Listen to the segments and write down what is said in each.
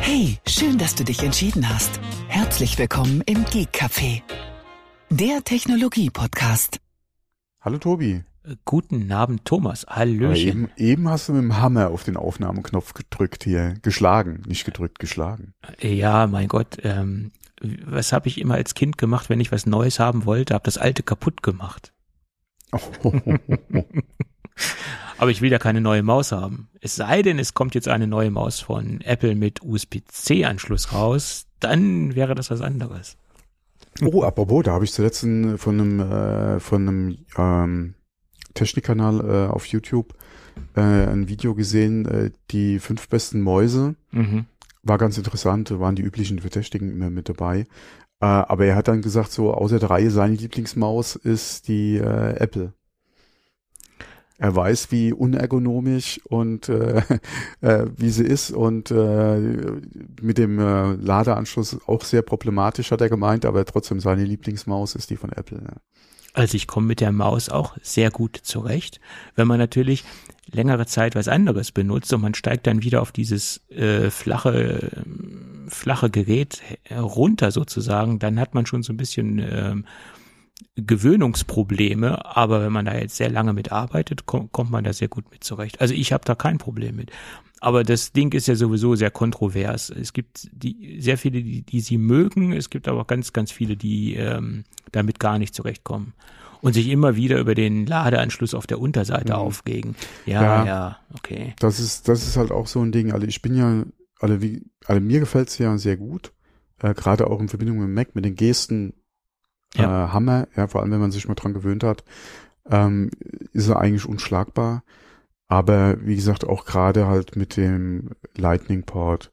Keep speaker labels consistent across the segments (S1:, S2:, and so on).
S1: Hey, schön, dass du dich entschieden hast. Herzlich willkommen im Geek Café, der Technologie-Podcast.
S2: Hallo Tobi.
S3: Guten Abend, Thomas. Hallöchen.
S2: Eben hast du mit dem Hammer auf den Aufnahmeknopf gedrückt hier. Geschlagen, nicht gedrückt, geschlagen.
S3: Ja, mein Gott. Was habe ich immer als Kind gemacht, wenn ich was Neues haben wollte? Habe das Alte kaputt gemacht. Aber ich will ja keine neue Maus haben. Es sei denn, es kommt jetzt eine neue Maus von Apple mit USB-C-Anschluss raus. Dann wäre das was anderes.
S2: Oh, apropos, da habe ich zuletzt von einem Technikkanal auf YouTube ein Video gesehen, die 5 besten Mäuse.
S3: Mhm.
S2: War ganz interessant, waren die üblichen Verdächtigen immer mit dabei. Aber er hat dann gesagt, so außer der Reihe, seine Lieblingsmaus ist die Apple. Er weiß, wie unergonomisch und wie sie ist und mit dem Ladeanschluss auch sehr problematisch, hat er gemeint, aber trotzdem seine Lieblingsmaus ist die von Apple. Ja.
S3: Also ich komme mit der Maus auch sehr gut zurecht. Wenn man natürlich längere Zeit was anderes benutzt und man steigt dann wieder auf dieses flache Gerät runter sozusagen, dann hat man schon so ein bisschen Gewöhnungsprobleme, aber wenn man da jetzt sehr lange mit arbeitet, kommt man da sehr gut mit zurecht. Also ich habe da kein Problem mit. Aber das Ding ist ja sowieso sehr kontrovers. Es gibt sehr viele, die sie mögen, es gibt aber auch ganz, ganz viele, die damit gar nicht zurechtkommen und sich immer wieder über den Ladeanschluss auf der Unterseite aufregen. Ja, okay.
S2: Das ist halt auch so ein Ding. Also ich bin ja, mir gefällt's ja sehr gut, gerade auch in Verbindung mit dem Mac, mit den Gesten.
S3: Ja.
S2: Hammer, ja, vor allem wenn man sich mal dran gewöhnt hat, ist er eigentlich unschlagbar. Aber wie gesagt, auch gerade halt mit dem Lightning Port,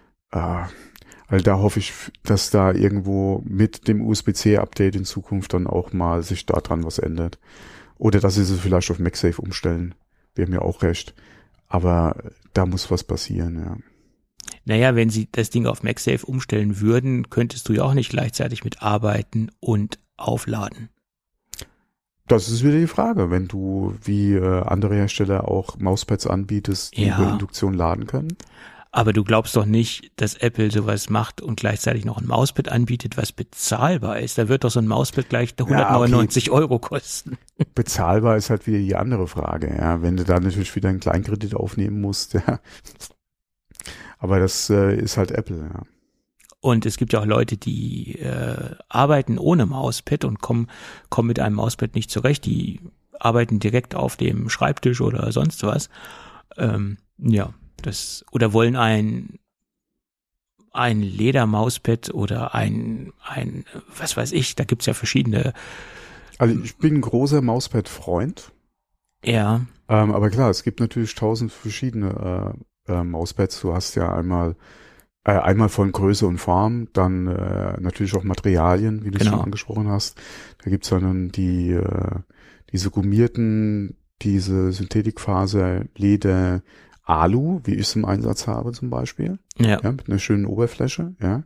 S2: also da hoffe ich, dass da irgendwo mit dem USB-C-Update in Zukunft dann auch mal sich da dran was ändert. Oder dass sie es vielleicht auf MagSafe umstellen. Wäre mir auch recht. Aber da muss was passieren, ja.
S3: Naja, wenn sie das Ding auf MagSafe umstellen würden, könntest du ja auch nicht gleichzeitig mit arbeiten und aufladen.
S2: Das ist wieder die Frage, wenn du wie andere Hersteller auch Mauspads anbietest, die über Induktion laden können.
S3: Aber du glaubst doch nicht, dass Apple sowas macht und gleichzeitig noch ein Mauspad anbietet, was bezahlbar ist. Da wird doch so ein Mauspad gleich 199 Euro kosten.
S2: Bezahlbar ist halt wieder die andere Frage, ja. Wenn du da natürlich wieder einen Kleinkredit aufnehmen musst, ja. Aber das ist halt Apple, ja.
S3: Und es gibt ja auch Leute, die arbeiten ohne Mauspad und kommen mit einem Mauspad nicht zurecht. Die arbeiten direkt auf dem Schreibtisch oder sonst was. Oder wollen ein Ledermauspad oder ein was weiß ich, da gibt's ja verschiedene.
S2: Also ich bin ein großer Mauspad-Freund.
S3: Ja.
S2: Aber klar, es gibt natürlich 1000 verschiedene Mauspads. Du hast ja einmal von Größe und Form, dann natürlich auch Materialien, wie du es schon angesprochen hast. Da gibt's dann diese gummierten, diese Synthetikfaser, Leder, Alu, wie ich es im Einsatz habe zum Beispiel. Ja, mit einer schönen Oberfläche, ja.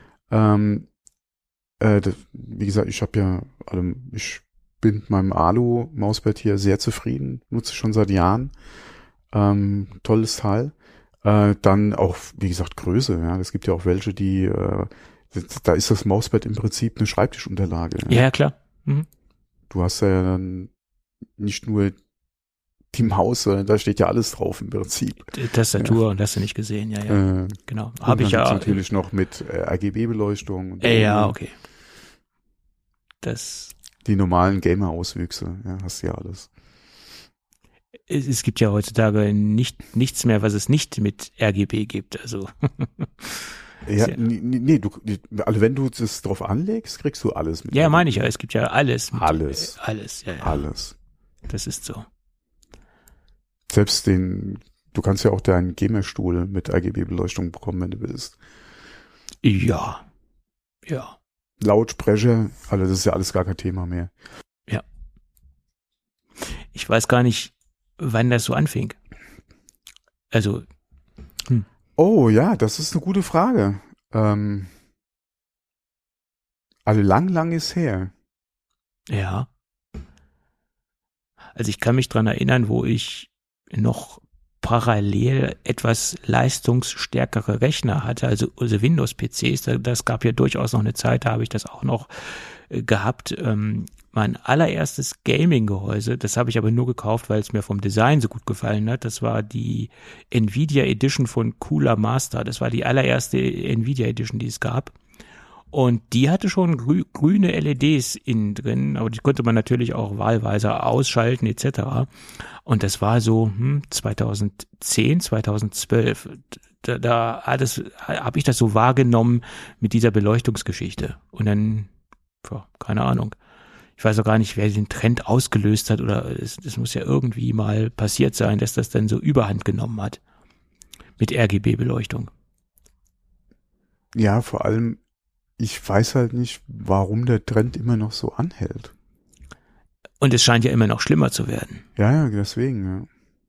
S2: Wie gesagt, ich bin mit meinem Alu-Mauspad hier sehr zufrieden, nutze schon seit Jahren. Tolles Teil. Dann auch, wie gesagt, Größe. Ja, es gibt ja auch welche, da ist das Mauspad im Prinzip eine Schreibtischunterlage.
S3: Ja, klar. Mhm.
S2: Du hast ja dann nicht nur die Maus, sondern da steht ja alles drauf im Prinzip.
S3: Die Tastatur, und hast du nicht gesehen, ja. Genau. Habe ich ja.
S2: Natürlich noch mit RGB-Beleuchtung.
S3: Ja, okay.
S2: Die normalen Gamer-Auswüchse, ja, hast du ja alles.
S3: Es gibt ja heutzutage nichts mehr, was es nicht mit RGB gibt, also.
S2: Ja, nee, also wenn du das drauf anlegst, kriegst du alles mit.
S3: Ja, meine ich ja, es gibt ja alles.
S2: Alles,
S3: ja.
S2: Alles.
S3: Das ist so.
S2: Selbst du kannst ja auch deinen Gamerstuhl mit RGB-Beleuchtung bekommen, wenn du willst.
S3: Ja.
S2: Lautsprecher, also das ist ja alles gar kein Thema mehr.
S3: Ja. Ich weiß gar nicht, wann das so anfing. Also.
S2: Oh ja, das ist eine gute Frage. Also lang ist her.
S3: Ja. Also ich kann mich dran erinnern, wo ich noch parallel etwas leistungsstärkere Rechner hatte, also Windows-PCs. Das gab ja durchaus noch eine Zeit, da habe ich das auch noch gehabt. Mein allererstes Gaming-Gehäuse, das habe ich aber nur gekauft, weil es mir vom Design so gut gefallen hat. Das war die Nvidia Edition von Cooler Master. Das war die allererste Nvidia Edition, die es gab. Und die hatte schon grüne LEDs innen drin, aber die konnte man natürlich auch wahlweise ausschalten etc. Und das war so 2010, 2012. Da habe ich das so wahrgenommen mit dieser Beleuchtungsgeschichte. Und dann, keine Ahnung, ich weiß auch gar nicht, wer den Trend ausgelöst hat, oder es muss ja irgendwie mal passiert sein, dass das dann so Überhand genommen hat mit RGB-Beleuchtung.
S2: Ja, vor allem, ich weiß halt nicht, warum der Trend immer noch so anhält.
S3: Und es scheint ja immer noch schlimmer zu werden.
S2: Ja, deswegen, ja.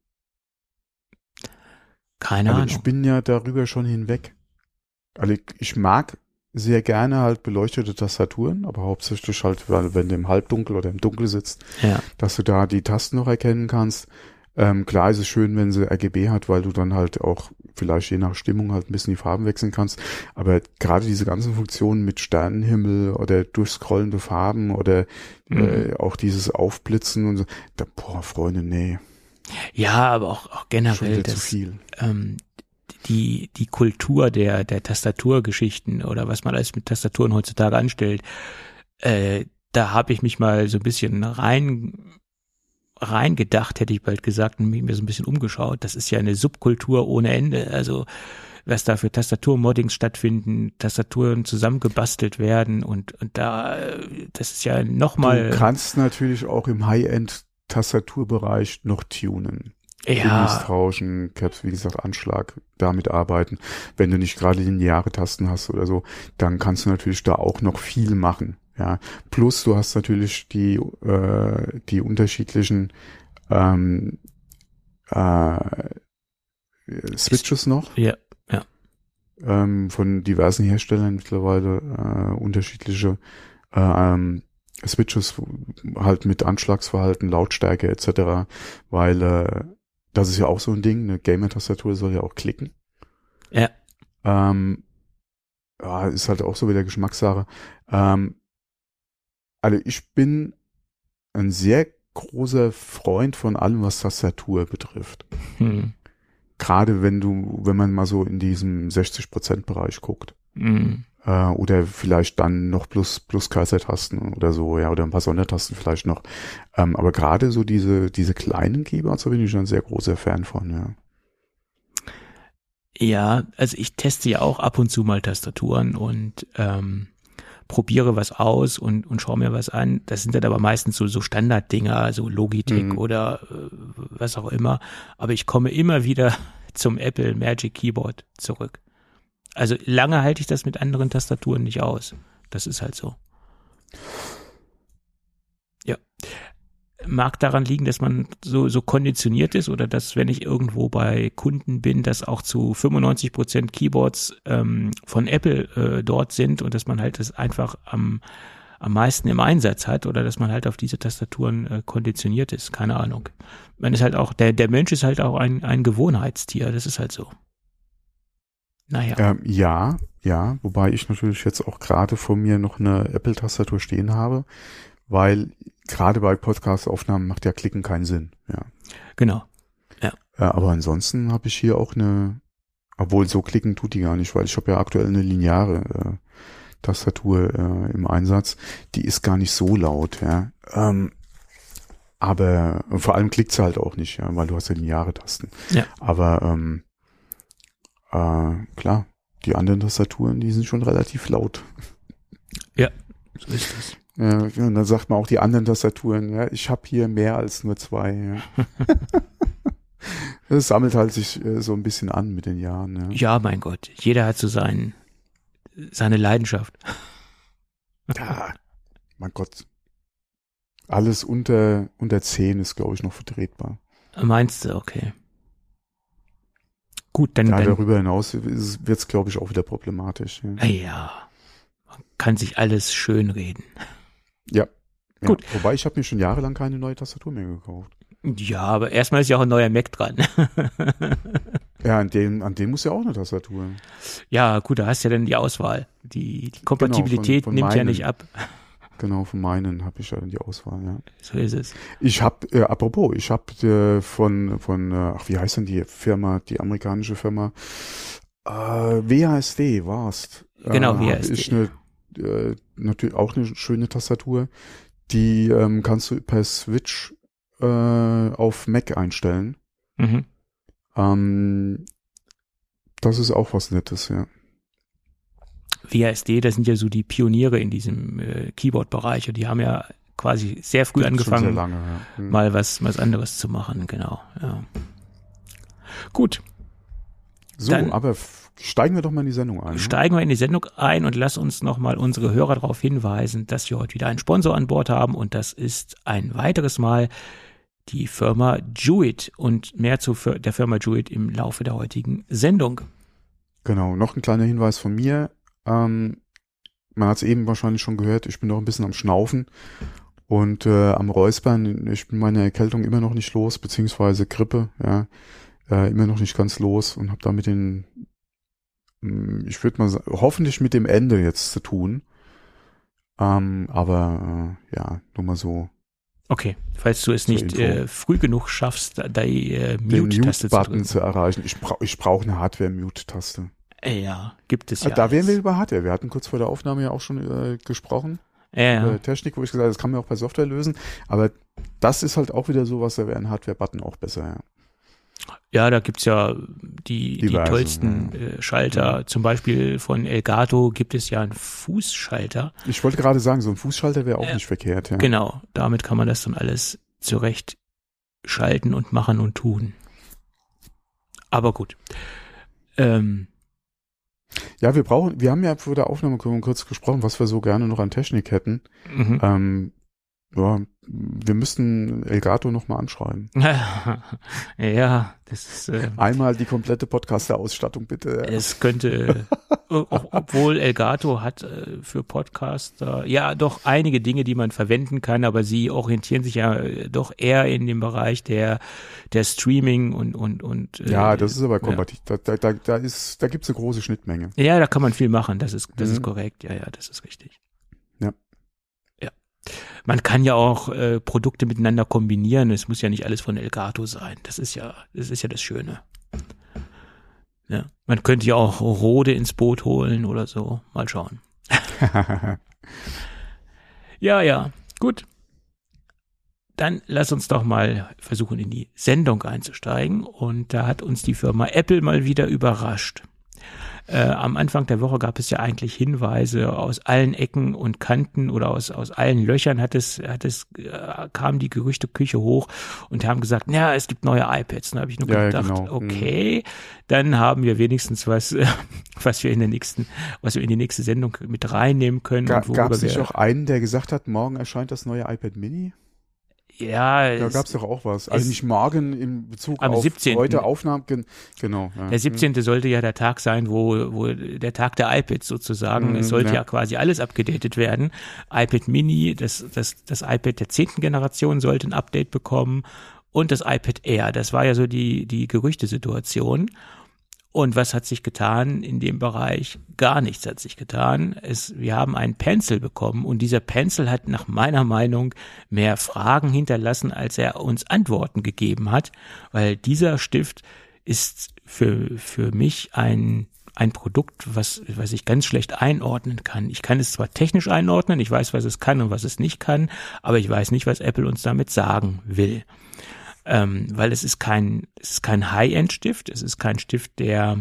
S3: Keine Ahnung.
S2: Ich bin ja darüber schon hinweg. Also ich mag sehr gerne halt beleuchtete Tastaturen, aber hauptsächlich halt, wenn du im Halbdunkel oder im Dunkel sitzt, dass du da die Tasten noch erkennen kannst. Klar ist es schön, wenn sie RGB hat, weil du dann halt auch vielleicht je nach Stimmung halt ein bisschen die Farben wechseln kannst. Aber gerade diese ganzen Funktionen mit Sternenhimmel oder durchscrollende Farben oder auch dieses Aufblitzen und so, Freunde, nee.
S3: Ja, aber auch generell
S2: das, zu viel.
S3: Die Kultur der Tastaturgeschichten oder was man alles mit Tastaturen heutzutage anstellt, da habe ich mich mal so ein bisschen reingedacht, hätte ich bald gesagt, und mir so ein bisschen umgeschaut. Das ist ja eine Subkultur ohne Ende. Also was da für Tastaturmoddings stattfinden, Tastaturen zusammengebastelt werden und da, das ist ja nochmal.
S2: Du kannst natürlich auch im High-End-Tastaturbereich noch tunen.
S3: Ja.
S2: Tauschen, Caps, wie gesagt, Anschlag, damit arbeiten. Wenn du nicht gerade lineare Tasten hast oder so, dann kannst du natürlich da auch noch viel machen. Ja, plus du hast natürlich die unterschiedlichen Switches noch.
S3: Ja.
S2: Von diversen Herstellern mittlerweile unterschiedliche Switches halt mit Anschlagsverhalten, Lautstärke etc. Weil das ist ja auch so ein Ding, eine Gamer-Tastatur soll ja auch klicken.
S3: Ja.
S2: Ist halt auch so wieder Geschmackssache. Also ich bin ein sehr großer Freund von allem, was Tastatur betrifft. Gerade wenn man mal so in diesem 60% Bereich guckt. Oder vielleicht dann noch plus Cursor-Tasten oder so, ja, oder ein paar Sondertasten vielleicht noch. Aber gerade so diese kleinen Keyboards, da bin ich schon ein sehr großer Fan von, ja.
S3: Ja, also ich teste ja auch ab und zu mal Tastaturen und probiere was aus und schaue mir was an. Das sind dann aber meistens so Standarddinger, so Logitech oder was auch immer. Aber ich komme immer wieder zum Apple Magic Keyboard zurück. Also lange halte ich das mit anderen Tastaturen nicht aus. Das ist halt so. Ja. Mag daran liegen, dass man so konditioniert ist oder dass, wenn ich irgendwo bei Kunden bin, dass auch zu 95% Keyboards von Apple dort sind und dass man halt das einfach am meisten im Einsatz hat oder dass man halt auf diese Tastaturen konditioniert ist. Keine Ahnung. Man ist halt auch, der Mensch ist halt auch ein Gewohnheitstier. Das ist halt so. Naja.
S2: Ja, wobei ich natürlich jetzt auch gerade vor mir noch eine Apple-Tastatur stehen habe, weil gerade bei Podcast-Aufnahmen macht ja Klicken keinen Sinn. Ja.
S3: Genau. Ja.
S2: Aber ansonsten habe ich hier auch obwohl so klicken tut die gar nicht, weil ich habe ja aktuell eine lineare Tastatur im Einsatz. Die ist gar nicht so laut, ja. Aber vor allem klickt sie halt auch nicht, ja, weil du hast ja lineare Tasten.
S3: Ja.
S2: Aber klar, die anderen Tastaturen, die sind schon relativ laut.
S3: Ja, so ist es.
S2: Ja, und dann sagt man auch die anderen Tastaturen, ja, ich habe hier mehr als nur 2. Ja. Das sammelt halt sich so ein bisschen an mit den Jahren. Ja,
S3: ja, mein Gott, jeder hat so seine Leidenschaft.
S2: Ja, mein Gott. Alles unter 10 ist, glaube ich, noch vertretbar.
S3: Meinst du, okay. Gut, dann.
S2: Ja, darüber hinaus wird es, glaube ich, auch wieder problematisch.
S3: Ja, man kann sich alles schön reden.
S2: Ja.
S3: Gut.
S2: Wobei, ich habe mir schon jahrelang keine neue Tastatur mehr gekauft.
S3: Ja, aber erstmal ist ja auch ein neuer Mac dran.
S2: Ja, an dem muss ja auch eine Tastatur.
S3: Ja, gut, da hast du ja dann die Auswahl. Die Kompatibilität
S2: von
S3: nimmt
S2: meinen.
S3: ja nicht ab.
S2: Genau, von meinen habe ich ja dann die Auswahl, ja.
S3: So ist es.
S2: Ich habe, wie heißt denn die Firma, die amerikanische Firma? WASD war's.
S3: Genau, WASD.
S2: Ist natürlich auch eine schöne Tastatur. Die kannst du per Switch auf Mac einstellen.
S3: Mhm.
S2: Das ist auch was Nettes, ja.
S3: WASD, das sind ja so die Pioniere in diesem Keyboard-Bereich und die haben ja quasi sehr früh angefangen,
S2: schon sehr lange, ja.
S3: mal was anderes zu machen, genau. Ja. Gut.
S2: So,
S3: Dann
S2: aber steigen wir doch mal in die Sendung ein.
S3: Steigen wir in die Sendung ein und lass uns nochmal unsere Hörer darauf hinweisen, dass wir heute wieder einen Sponsor an Bord haben und das ist ein weiteres Mal die Firma Jewett und mehr zu der Firma Jewett im Laufe der heutigen Sendung.
S2: Genau, noch ein kleiner Hinweis von mir. Man hat es eben wahrscheinlich schon gehört, ich bin noch ein bisschen am Schnaufen und am Räuspern. Ich bin meine Erkältung immer noch nicht los, beziehungsweise Grippe, ja, immer noch nicht ganz los und habe da ich würde mal sagen, hoffentlich mit dem Ende jetzt zu tun. Aber ja, nur mal so.
S3: Okay, falls du es nicht früh genug schaffst, die Mute-Taste
S2: Mute-Button zu erreichen. Ich brauche eine Hardware-Mute-Taste.
S3: Ja, gibt es ja.
S2: Da wären wir über Hardware. Wir hatten kurz vor der Aufnahme ja auch schon gesprochen.
S3: Ja.
S2: Technik, wo ich gesagt habe, das kann man auch per Software lösen. Aber das ist halt auch wieder sowas, da wäre ein Hardware-Button auch besser, ja.
S3: Ja, da gibt's ja die tollsten Schalter. Zum Beispiel von Elgato gibt es ja einen Fußschalter.
S2: Ich wollte gerade sagen, so ein Fußschalter wäre auch nicht verkehrt. Ja.
S3: Genau, damit kann man das dann alles zurecht schalten und machen und tun. Aber gut.
S2: Ja, wir haben ja vor der Aufnahme kurz gesprochen, was wir so gerne noch an Technik hätten.
S3: Mhm.
S2: Ja, wir müssten Elgato nochmal anschreiben.
S3: Ja, das ist...
S2: Einmal die komplette Podcaster-Ausstattung, bitte.
S3: Es könnte, obwohl Elgato hat für Podcaster ja doch einige Dinge, die man verwenden kann, aber sie orientieren sich ja doch eher in dem Bereich der Streaming und
S2: ja, das ist aber kompatibel. Ja. Da gibt's eine große Schnittmenge.
S3: Ja, da kann man viel machen, das ist korrekt. Ja, das ist richtig.
S2: Ja.
S3: Man kann ja auch Produkte miteinander kombinieren. Es muss ja nicht alles von Elgato sein. Das ist ja das Schöne. Ja. Man könnte ja auch Rode ins Boot holen oder so. Mal schauen. Ja, gut. Dann lass uns doch mal versuchen, in die Sendung einzusteigen. Und da hat uns die Firma Apple mal wieder überrascht. Am Anfang der Woche gab es ja eigentlich Hinweise aus allen Ecken und Kanten oder aus allen Löchern kam die Gerüchteküche hoch und haben gesagt, ja, es gibt neue iPads. Dann habe ich nur gedacht, genau. Okay, dann haben wir wenigstens was wir in die nächste Sendung mit reinnehmen können.
S2: Gab es nicht auch einen, der gesagt hat, morgen erscheint das neue iPad Mini?
S3: Ja,
S2: da gab es doch auch was. Also nicht morgen in Bezug
S3: auf 17.
S2: heute Aufnahmen. Genau. Ja.
S3: Der 17. sollte ja der Tag sein, wo der Tag der iPads sozusagen. Es sollte ja quasi alles abgedatet werden. iPad Mini, das iPad der 10. Generation sollte ein Update bekommen und das iPad Air. Das war ja so die Gerüchtesituation. Und was hat sich getan in dem Bereich? Gar nichts hat sich getan. Wir haben einen Pencil bekommen und dieser Pencil hat nach meiner Meinung mehr Fragen hinterlassen, als er uns Antworten gegeben hat, weil dieser Stift ist für mich ein Produkt, was ich ganz schlecht einordnen kann. Ich kann es zwar technisch einordnen, ich weiß, was es kann und was es nicht kann, aber ich weiß nicht, was Apple uns damit sagen will. Weil es ist kein High-End-Stift, es ist kein Stift, der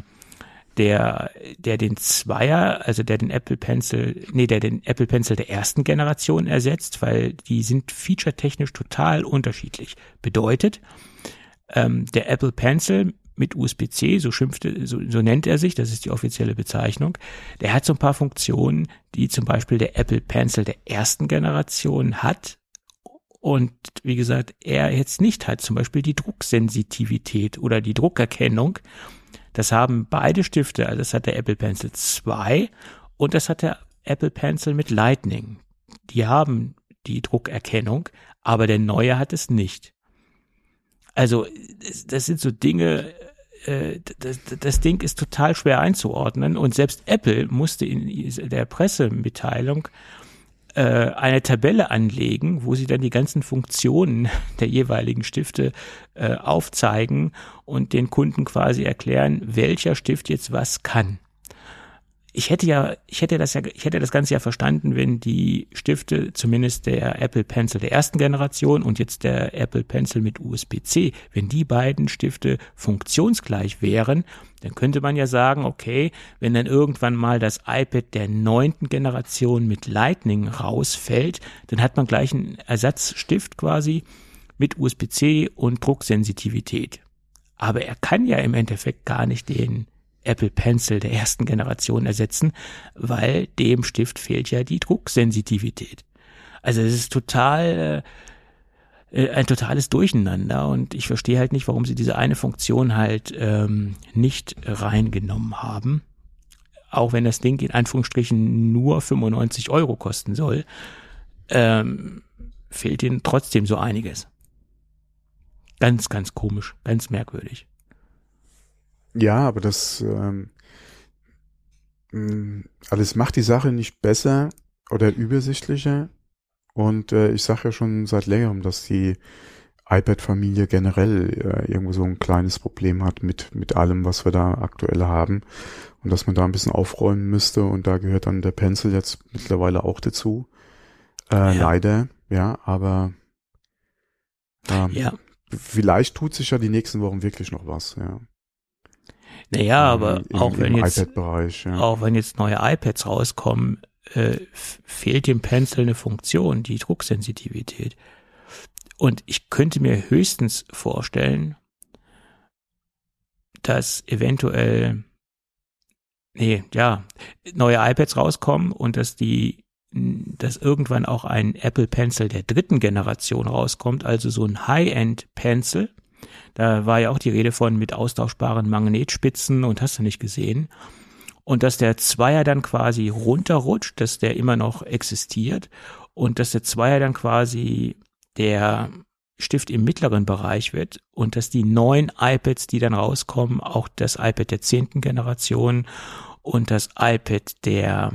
S3: den Zweier, also der den Apple Pencil der ersten Generation ersetzt, weil die sind featuretechnisch total unterschiedlich. Bedeutet, der Apple Pencil mit USB-C, so nennt er sich, das ist die offizielle Bezeichnung, der hat so ein paar Funktionen, die zum Beispiel der Apple Pencil der ersten Generation hat, und wie gesagt, er jetzt nicht hat, zum Beispiel die Drucksensitivität oder die Druckerkennung. Das haben beide Stifte, also das hat der Apple Pencil 2 und das hat der Apple Pencil mit Lightning. Die haben die Druckerkennung, aber der neue hat es nicht. Also das sind so Dinge, das Ding ist total schwer einzuordnen und selbst Apple musste in der Pressemitteilung eine Tabelle anlegen, wo sie dann die ganzen Funktionen der jeweiligen Stifte aufzeigen und den Kunden quasi erklären, welcher Stift jetzt was kann. Ich hätte das Ganze ja verstanden, wenn die Stifte, zumindest der Apple Pencil der ersten Generation und jetzt der Apple Pencil mit USB-C, wenn die beiden Stifte funktionsgleich wären, dann könnte man ja sagen, okay, wenn dann irgendwann mal das iPad der 9. Generation mit Lightning rausfällt, dann hat man gleich einen Ersatzstift quasi mit USB-C und Drucksensitivität. Aber er kann ja im Endeffekt gar nicht den Apple Pencil der ersten Generation ersetzen, weil dem Stift fehlt ja die Drucksensitivität. Also es ist ein totales Durcheinander und ich verstehe halt nicht, warum sie diese eine Funktion halt nicht reingenommen haben. Auch wenn das Ding in Anführungsstrichen nur 95 € kosten soll, fehlt ihnen trotzdem so einiges. Ganz, ganz komisch, ganz merkwürdig.
S2: Ja, aber das alles macht die Sache nicht besser oder übersichtlicher. Und ich sage ja schon seit längerem, dass die iPad-Familie generell irgendwo so ein kleines Problem hat mit allem, was wir da aktuell haben. Und dass man da ein bisschen aufräumen müsste. Und da gehört dann der Pencil jetzt mittlerweile auch dazu. Leider, ja, aber vielleicht tut sich ja die nächsten Wochen wirklich noch was, ja.
S3: Naja, aber auch wenn jetzt neue iPads rauskommen, fehlt dem Pencil eine Funktion, die Drucksensitivität. Und ich könnte mir höchstens vorstellen, dass eventuell neue iPads rauskommen und dass irgendwann auch ein Apple Pencil der 3. Generation rauskommt, also so ein High-End Pencil. Da war ja auch die Rede von mit austauschbaren Magnetspitzen und hast du nicht gesehen. Und dass der Zweier dann quasi runterrutscht, dass der immer noch existiert und dass der Zweier dann quasi der Stift im mittleren Bereich wird und dass die neuen iPads, die dann rauskommen, auch das iPad der 10. Generation und das iPad Air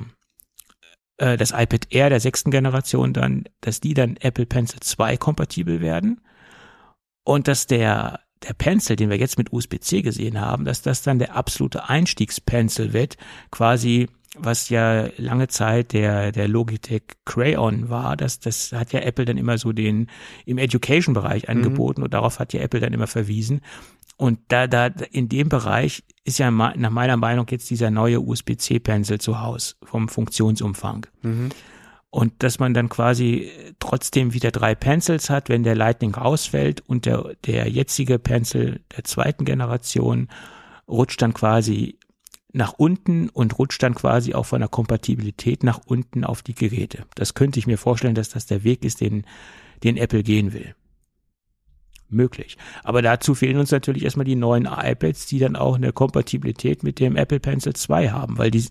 S3: der 6. Generation dann, dass die dann Apple Pencil 2 kompatibel werden und dass der Pencil, den wir jetzt mit USB-C gesehen haben, dass das dann der absolute Einstiegspencil wird, quasi, was ja lange Zeit der Logitech Crayon war, das hat ja Apple dann immer so im Education-Bereich angeboten und darauf hat ja Apple dann immer verwiesen. Und da in dem Bereich ist ja nach meiner Meinung jetzt dieser neue USB-C-Pencil zu Hause vom Funktionsumfang. Mhm. Und dass man dann quasi trotzdem wieder 3 Pencils hat, wenn der Lightning rausfällt und der jetzige Pencil der 2. Generation rutscht dann quasi nach unten und rutscht dann quasi auch von der Kompatibilität nach unten auf die Geräte. Das könnte ich mir vorstellen, dass das der Weg ist, den Apple gehen will. Möglich. Aber dazu fehlen uns natürlich erstmal die neuen iPads, die dann auch eine Kompatibilität mit dem Apple Pencil 2 haben, weil die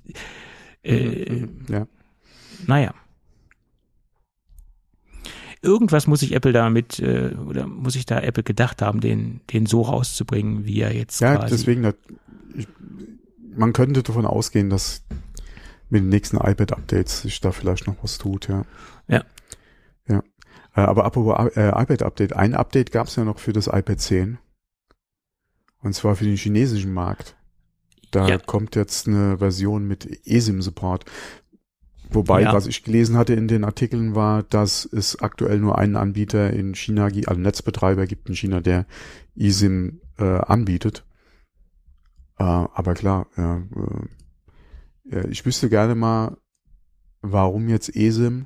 S3: naja. Irgendwas muss sich Apple damit oder muss sich da Apple gedacht haben, den so rauszubringen, wie er jetzt quasi. Ja,
S2: deswegen, man könnte davon ausgehen, dass mit den nächsten iPad-Updates sich da vielleicht noch was tut, ja.
S3: Ja.
S2: Ja. Aber apropos iPad-Update, ein Update gab es ja noch für das iPad 10. Und zwar für den chinesischen Markt. Da kommt jetzt eine Version mit eSIM-Support. Wobei, was ich gelesen hatte in den Artikeln war, dass es aktuell nur einen Anbieter in China gibt, also Netzbetreiber gibt in China, der eSIM anbietet. Aber klar, ich wüsste gerne mal, warum jetzt eSIM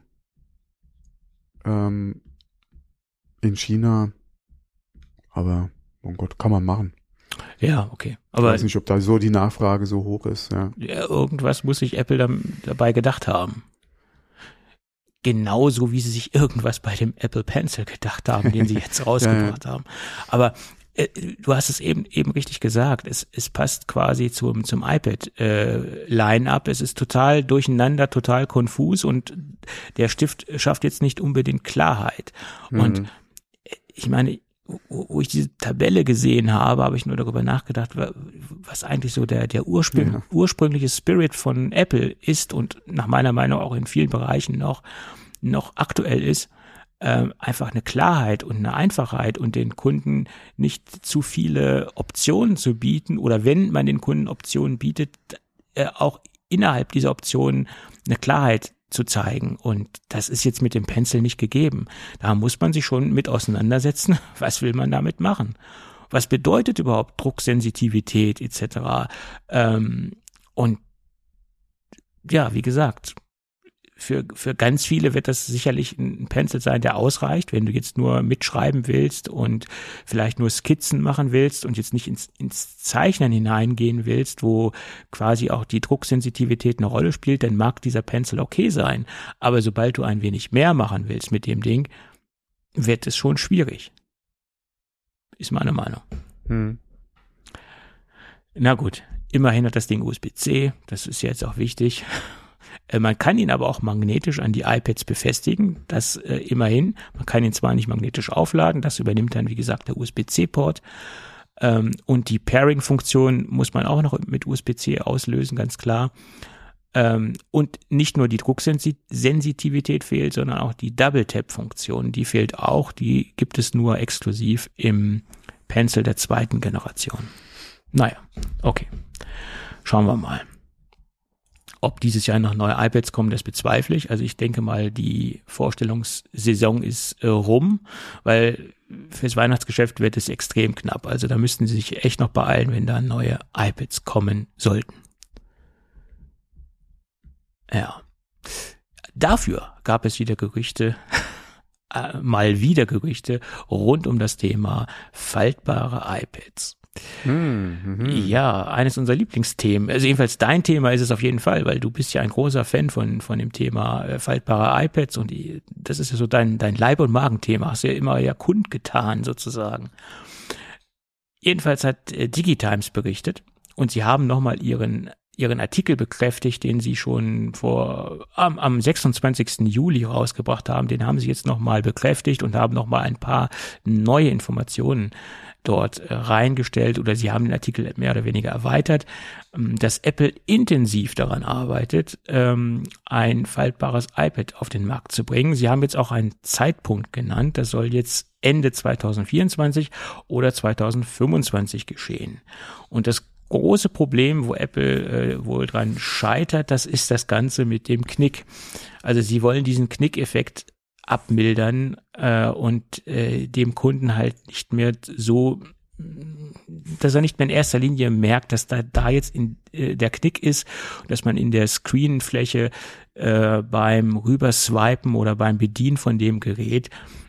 S2: in China, aber oh Gott, kann man machen.
S3: Ja, okay. Aber
S2: ich weiß nicht, ob da so die Nachfrage so hoch ist. Ja,
S3: irgendwas muss sich Apple dabei gedacht haben. Genauso wie sie sich irgendwas bei dem Apple Pencil gedacht haben, den sie jetzt rausgebracht haben. Aber du hast es eben richtig gesagt. Es passt quasi zum iPad Line-up. Es ist total durcheinander, total konfus und der Stift schafft jetzt nicht unbedingt Klarheit. Und ich meine, wo ich diese Tabelle gesehen habe ich nur darüber nachgedacht, was eigentlich so der ursprüngliche Spirit von Apple ist und nach meiner Meinung auch in vielen Bereichen noch aktuell ist. Einfach eine Klarheit und eine Einfachheit und den Kunden nicht zu viele Optionen zu bieten oder wenn man den Kunden Optionen bietet, auch innerhalb dieser Optionen eine Klarheit zu zeigen. Und das ist jetzt mit dem Pencil nicht gegeben. Da muss man sich schon mit auseinandersetzen, was will man damit machen? Was bedeutet überhaupt Drucksensitivität etc.? Und ja, wie gesagt, für ganz viele wird das sicherlich ein Pencil sein, der ausreicht, wenn du jetzt nur mitschreiben willst und vielleicht nur Skizzen machen willst und jetzt nicht ins Zeichnen hineingehen willst, wo quasi auch die Drucksensitivität eine Rolle spielt, dann mag dieser Pencil okay sein. Aber sobald du ein wenig mehr machen willst mit dem Ding, wird es schon schwierig. Ist meine Meinung. Na gut, immerhin hat das Ding USB-C, das ist ja jetzt auch wichtig. Man kann ihn aber auch magnetisch an die iPads befestigen, das immerhin. Man kann ihn zwar nicht magnetisch aufladen, das übernimmt dann, wie gesagt, der USB-C-Port. Und die Pairing-Funktion muss man auch noch mit USB-C auslösen, ganz klar. Und nicht nur die Drucksensitivität fehlt, sondern auch die Double-Tap-Funktion, die fehlt auch. Die gibt es nur exklusiv im Pencil der 2. Generation. Naja, okay. Schauen wir mal. Ob dieses Jahr noch neue iPads kommen, das bezweifle ich. Also ich denke mal, die Vorstellungssaison ist rum, weil fürs Weihnachtsgeschäft wird es extrem knapp. Also da müssten sie sich echt noch beeilen, wenn da neue iPads kommen sollten. Ja. Dafür gab es wieder Gerüchte, mal wieder Gerüchte rund um das Thema faltbare iPads. Ja, eines unserer Lieblingsthemen. Also jedenfalls dein Thema ist es auf jeden Fall, weil du bist ja ein großer Fan von dem Thema faltbare iPads und das ist ja so dein Leib- und Magenthema. Hast du ja immer kundgetan sozusagen. Jedenfalls hat DigiTimes berichtet und sie haben nochmal ihren Artikel bekräftigt, den sie schon am 26. Juli rausgebracht haben. Den haben sie jetzt nochmal bekräftigt und haben nochmal ein paar neue Informationen dort reingestellt oder sie haben den Artikel mehr oder weniger erweitert, dass Apple intensiv daran arbeitet, ein faltbares iPad auf den Markt zu bringen. Sie haben jetzt auch einen Zeitpunkt genannt, das soll jetzt Ende 2024 oder 2025 geschehen. Und das große Problem, wo Apple wohl dran scheitert, das ist das Ganze mit dem Knick. Also sie wollen diesen Knick-Effekt abmildern und dem Kunden halt nicht mehr so, dass er nicht mehr in erster Linie merkt, dass da jetzt der Knick ist, dass man in der Screenfläche beim Rüberswipen oder beim Bedienen von dem Gerät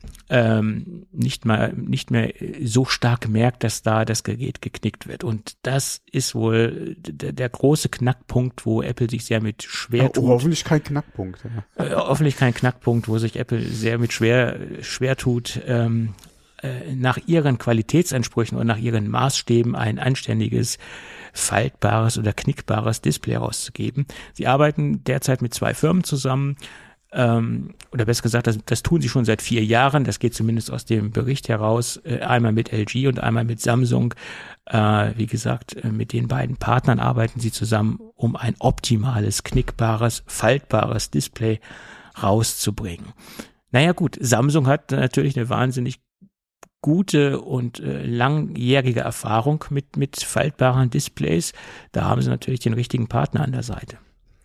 S3: nicht mehr so stark merkt, dass da das Gerät geknickt wird. Und das ist wohl der große Knackpunkt, wo Apple sich sehr mit schwer tut.
S2: Hoffentlich kein Knackpunkt. Ja.
S3: Hoffentlich kein Knackpunkt, wo sich Apple sehr mit schwer tut, nach ihren Qualitätsansprüchen und nach ihren Maßstäben ein anständiges, faltbares oder knickbares Display rauszugeben. Sie arbeiten derzeit mit 2 Firmen zusammen, oder besser gesagt, das tun sie schon seit 4 Jahren, das geht zumindest aus dem Bericht heraus, einmal mit LG und einmal mit Samsung. Wie gesagt, mit den beiden Partnern arbeiten sie zusammen, um ein optimales, knickbares, faltbares Display rauszubringen. Naja gut, Samsung hat natürlich eine wahnsinnig gute und langjährige Erfahrung mit faltbaren Displays. Da haben sie natürlich den richtigen Partner an der Seite.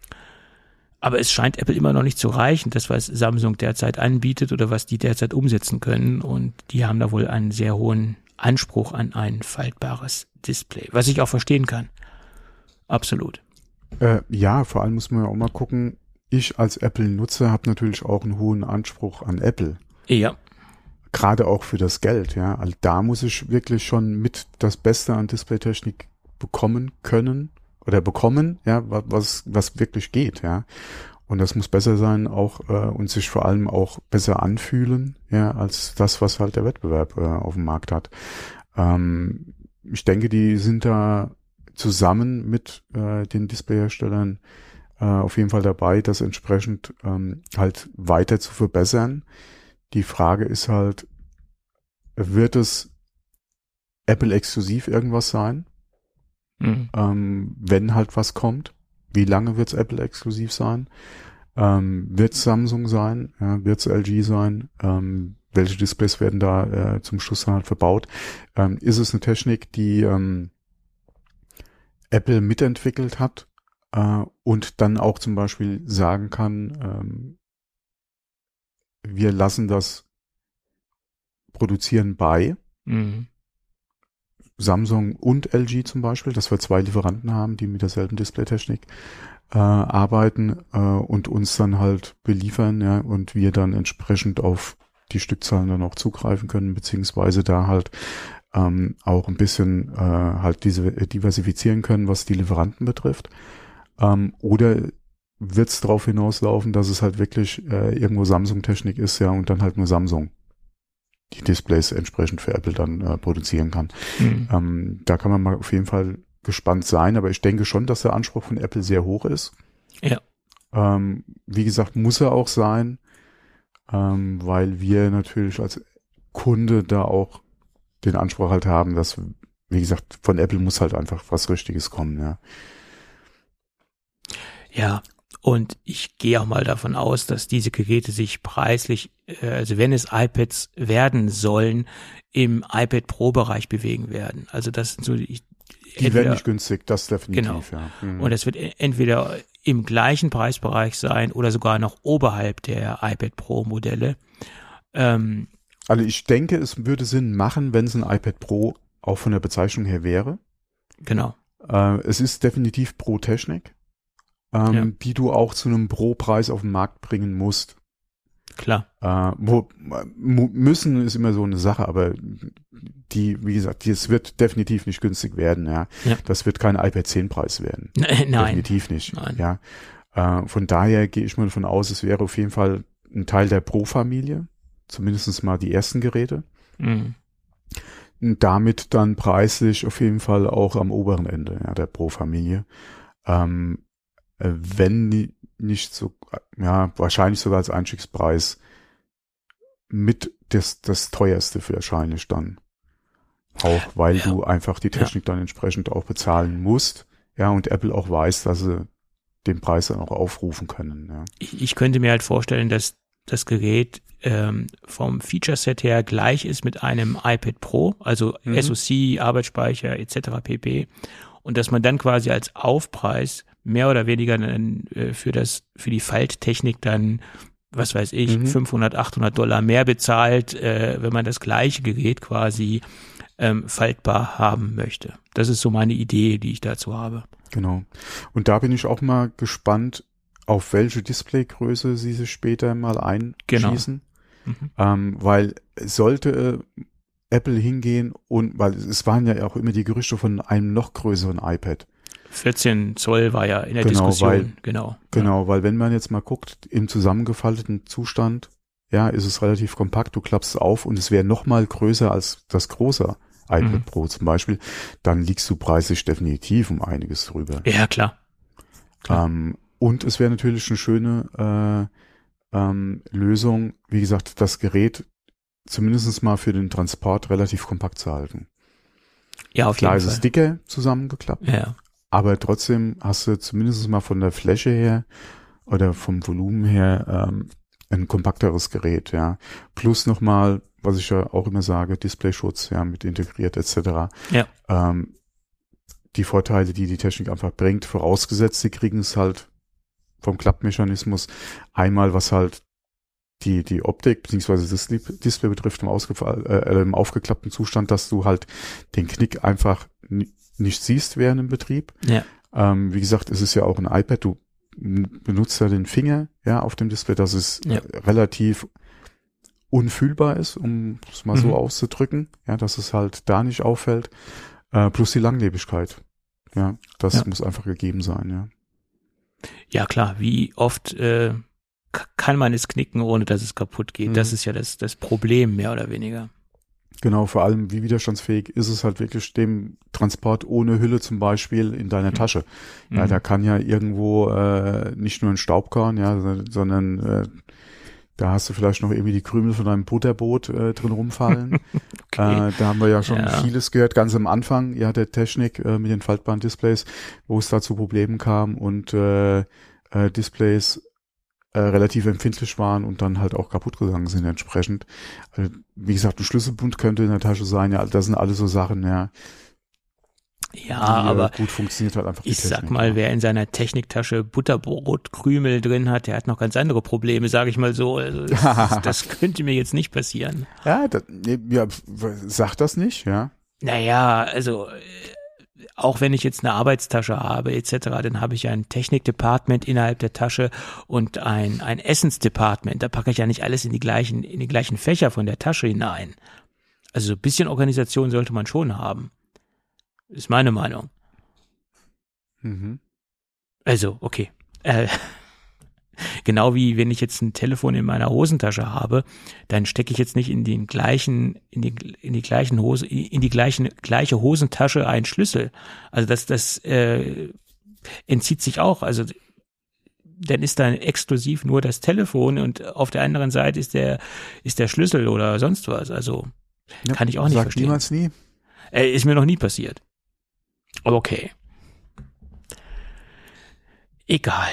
S3: Aber es scheint Apple immer noch nicht zu reichen, das, was Samsung derzeit anbietet oder was die derzeit umsetzen können. Und die haben da wohl einen sehr hohen Anspruch an ein faltbares Display, was ich auch verstehen kann. Absolut.
S2: Ja, vor allem muss man ja auch mal gucken, ich als Apple-Nutzer habe natürlich auch einen hohen Anspruch an Apple.
S3: Ja.
S2: Gerade auch für das Geld, ja. Also da muss ich wirklich schon mit das Beste an Displaytechnik bekommen können. Oder bekommen, ja, was wirklich geht, ja. Und das muss besser sein, auch und sich vor allem auch besser anfühlen, ja, als das, was halt der Wettbewerb auf dem Markt hat. Ich denke, die sind da zusammen mit den Displayherstellern auf jeden Fall dabei, das entsprechend halt weiter zu verbessern. Die Frage ist halt, wird es Apple-exklusiv irgendwas sein? Wenn halt was kommt? Wie lange wird es Apple-exklusiv sein? Wird es Samsung sein? Ja, wird es LG sein? Welche Displays werden da zum Schluss dann halt verbaut? Ist es eine Technik, die Apple mitentwickelt hat und dann auch zum Beispiel sagen kann, wir lassen das produzieren bei Samsung und LG zum Beispiel, dass wir 2 Lieferanten haben, die mit derselben Displaytechnik arbeiten und uns dann halt beliefern, ja, und wir dann entsprechend auf die Stückzahlen dann auch zugreifen können, beziehungsweise da halt auch ein bisschen halt diese diversifizieren können, was die Lieferanten betrifft. Oder wird es darauf hinauslaufen, dass es halt wirklich irgendwo Samsung-Technik ist, ja, und dann halt nur Samsung die Displays entsprechend für Apple dann produzieren kann. Da kann man mal auf jeden Fall gespannt sein, aber ich denke schon, dass der Anspruch von Apple sehr hoch ist.
S3: Ja.
S2: Wie gesagt, muss er auch sein, weil wir natürlich als Kunde da auch den Anspruch halt haben, dass, wie gesagt, von Apple muss halt einfach was Richtiges kommen, ja.
S3: Ja, und ich gehe auch mal davon aus, dass diese Geräte sich preislich, also wenn es iPads werden sollen, im iPad Pro-Bereich bewegen werden. Also das sind so
S2: die werden nicht günstig, das definitiv,
S3: genau.
S2: Ja.
S3: Und es wird entweder im gleichen Preisbereich sein oder sogar noch oberhalb der iPad Pro-Modelle.
S2: Also ich denke, es würde Sinn machen, wenn es ein iPad Pro auch von der Bezeichnung her wäre.
S3: Genau.
S2: Es ist definitiv Pro-Technik, die du auch zu einem Pro-Preis auf den Markt bringen musst.
S3: Klar.
S2: Müssen ist immer so eine Sache, aber wie gesagt, es wird definitiv nicht günstig werden, ja. Das wird kein iPad 10 Preis werden.
S3: Nein.
S2: Definitiv nicht.
S3: Nein.
S2: Ja. Von daher gehe ich mal davon aus, es wäre auf jeden Fall ein Teil der Pro-Familie, zumindest mal die ersten Geräte. Und damit dann preislich auf jeden Fall auch am oberen Ende, ja, der Pro-Familie. Wenn nicht so, ja, wahrscheinlich sogar als Einstiegspreis mit das teuerste wahrscheinlich dann. Auch weil du einfach die Technik dann entsprechend auch bezahlen musst, ja, und Apple auch weiß, dass sie den Preis dann auch aufrufen können, ja.
S3: Ich könnte mir halt vorstellen, dass das Gerät vom Feature-Set her gleich ist mit einem iPad Pro, also SoC, Arbeitsspeicher etc. pp. Und dass man dann quasi als Aufpreis mehr oder weniger dann für die Falttechnik dann, was weiß ich, $500, $800 mehr bezahlt, wenn man das gleiche Gerät quasi faltbar haben möchte. Das ist so meine Idee, die ich dazu habe.
S2: Genau. Und da bin ich auch mal gespannt, auf welche Displaygröße sie sich später mal einschießen. Genau. Weil sollte Apple hingehen und, weil es waren ja auch immer die Gerüchte von einem noch größeren iPad.
S3: 14 Zoll war ja in der Diskussion. Genau,
S2: weil wenn man jetzt mal guckt, im zusammengefalteten Zustand, ja, ist es relativ kompakt, du klappst es auf und es wäre noch mal größer als das große iPad Pro zum Beispiel, dann liegst du preislich definitiv um einiges drüber.
S3: Ja, klar.
S2: Und es wäre natürlich eine schöne Lösung, wie gesagt, das Gerät zumindest mal für den Transport relativ kompakt zu halten.
S3: Ja, auf jeden Fall.
S2: Klar ist es dicker zusammengeklappt, aber trotzdem hast du zumindest mal von der Fläche her oder vom Volumen her ein kompakteres Gerät, ja. Plus nochmal, was ich ja auch immer sage, Displayschutz, ja, mit integriert etc.
S3: Ja.
S2: Die Vorteile, die Technik einfach bringt, vorausgesetzt, sie kriegen es halt vom Klappmechanismus einmal, was halt die Optik beziehungsweise das Display betrifft im aufgeklappten Zustand, dass du halt den Knick einfach nicht siehst während im Betrieb.
S3: Ja.
S2: Wie gesagt, es ist ja auch ein iPad, du benutzt ja den Finger, ja, auf dem Display, dass es relativ unfühlbar ist, um es mal so auszudrücken, ja, dass es halt da nicht auffällt, plus die Langlebigkeit. Ja, das muss einfach gegeben sein, ja.
S3: Ja, klar, wie oft kann man es knicken, ohne dass es kaputt geht? Das ist ja das Problem, mehr oder weniger.
S2: Genau, vor allem, wie widerstandsfähig ist es halt wirklich dem Transport ohne Hülle zum Beispiel in deiner Tasche. Ja, da kann ja irgendwo nicht nur ein Staubkorn, ja, sondern Da hast du vielleicht noch irgendwie die Krümel von deinem Butterbrot drin rumfallen.
S3: Okay.
S2: Da haben wir ja schon vieles gehört, ganz am Anfang der Technik mit den faltbaren Displays, wo es da zu Problemen kam und Displays relativ empfindlich waren und dann halt auch kaputt gegangen sind entsprechend. Wie gesagt, ein Schlüsselbund könnte in der Tasche sein, ja, das sind alles so Sachen, ja.
S3: Ja, aber
S2: gut funktioniert halt einfach die
S3: ich
S2: Technik,
S3: sag mal, wer in seiner Techniktasche Butterbrotkrümel drin hat, der hat noch ganz andere Probleme, sage ich mal so. Also das könnte mir jetzt nicht passieren.
S2: Ja, sag das nicht, ja.
S3: Naja, also auch wenn ich jetzt eine Arbeitstasche habe etc., dann habe ich ein Technikdepartment innerhalb der Tasche und ein Essensdepartment. Da packe ich ja nicht alles in die gleichen Fächer von der Tasche hinein. Also ein bisschen Organisation sollte man schon haben. Ist meine Meinung.
S2: Mhm.
S3: Also, okay. Genau wie wenn ich jetzt ein Telefon in meiner Hosentasche habe, dann stecke ich jetzt nicht in die gleiche Hosentasche einen Schlüssel. Also das entzieht sich auch. Also dann ist da exklusiv nur das Telefon und auf der anderen Seite ist der Schlüssel oder sonst was. Also kann ich auch nicht verstehen.
S2: Niemals nie.
S3: Ist mir noch nie passiert. Aber okay. Egal.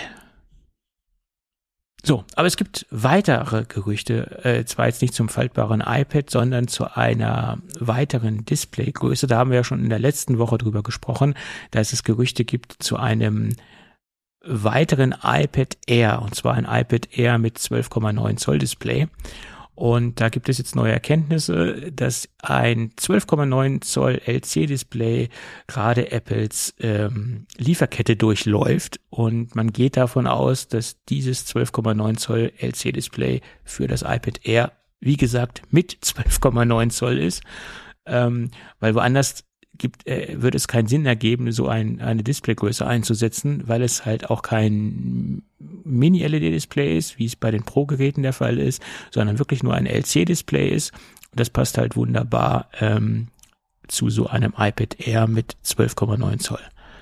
S3: So, aber es gibt weitere Gerüchte, zwar jetzt nicht zum faltbaren iPad, sondern zu einer weiteren Displaygröße. Da haben wir ja schon in der letzten Woche drüber gesprochen, dass es Gerüchte gibt zu einem weiteren iPad Air, und zwar ein iPad Air mit 12,9 Zoll Display. Und da gibt es jetzt neue Erkenntnisse, dass ein 12,9 Zoll LC-Display gerade Apples Lieferkette durchläuft. Und man geht davon aus, dass dieses 12,9 Zoll LC-Display für das iPad Air, wie gesagt, mit 12,9 Zoll ist. Weil woanders würde es keinen Sinn ergeben, so eine Displaygröße einzusetzen, weil es halt auch kein Mini-LED-Display ist, wie es bei den Pro-Geräten der Fall ist, sondern wirklich nur ein LC-Display ist. Und das passt halt wunderbar zu so einem iPad Air mit 12,9 Zoll.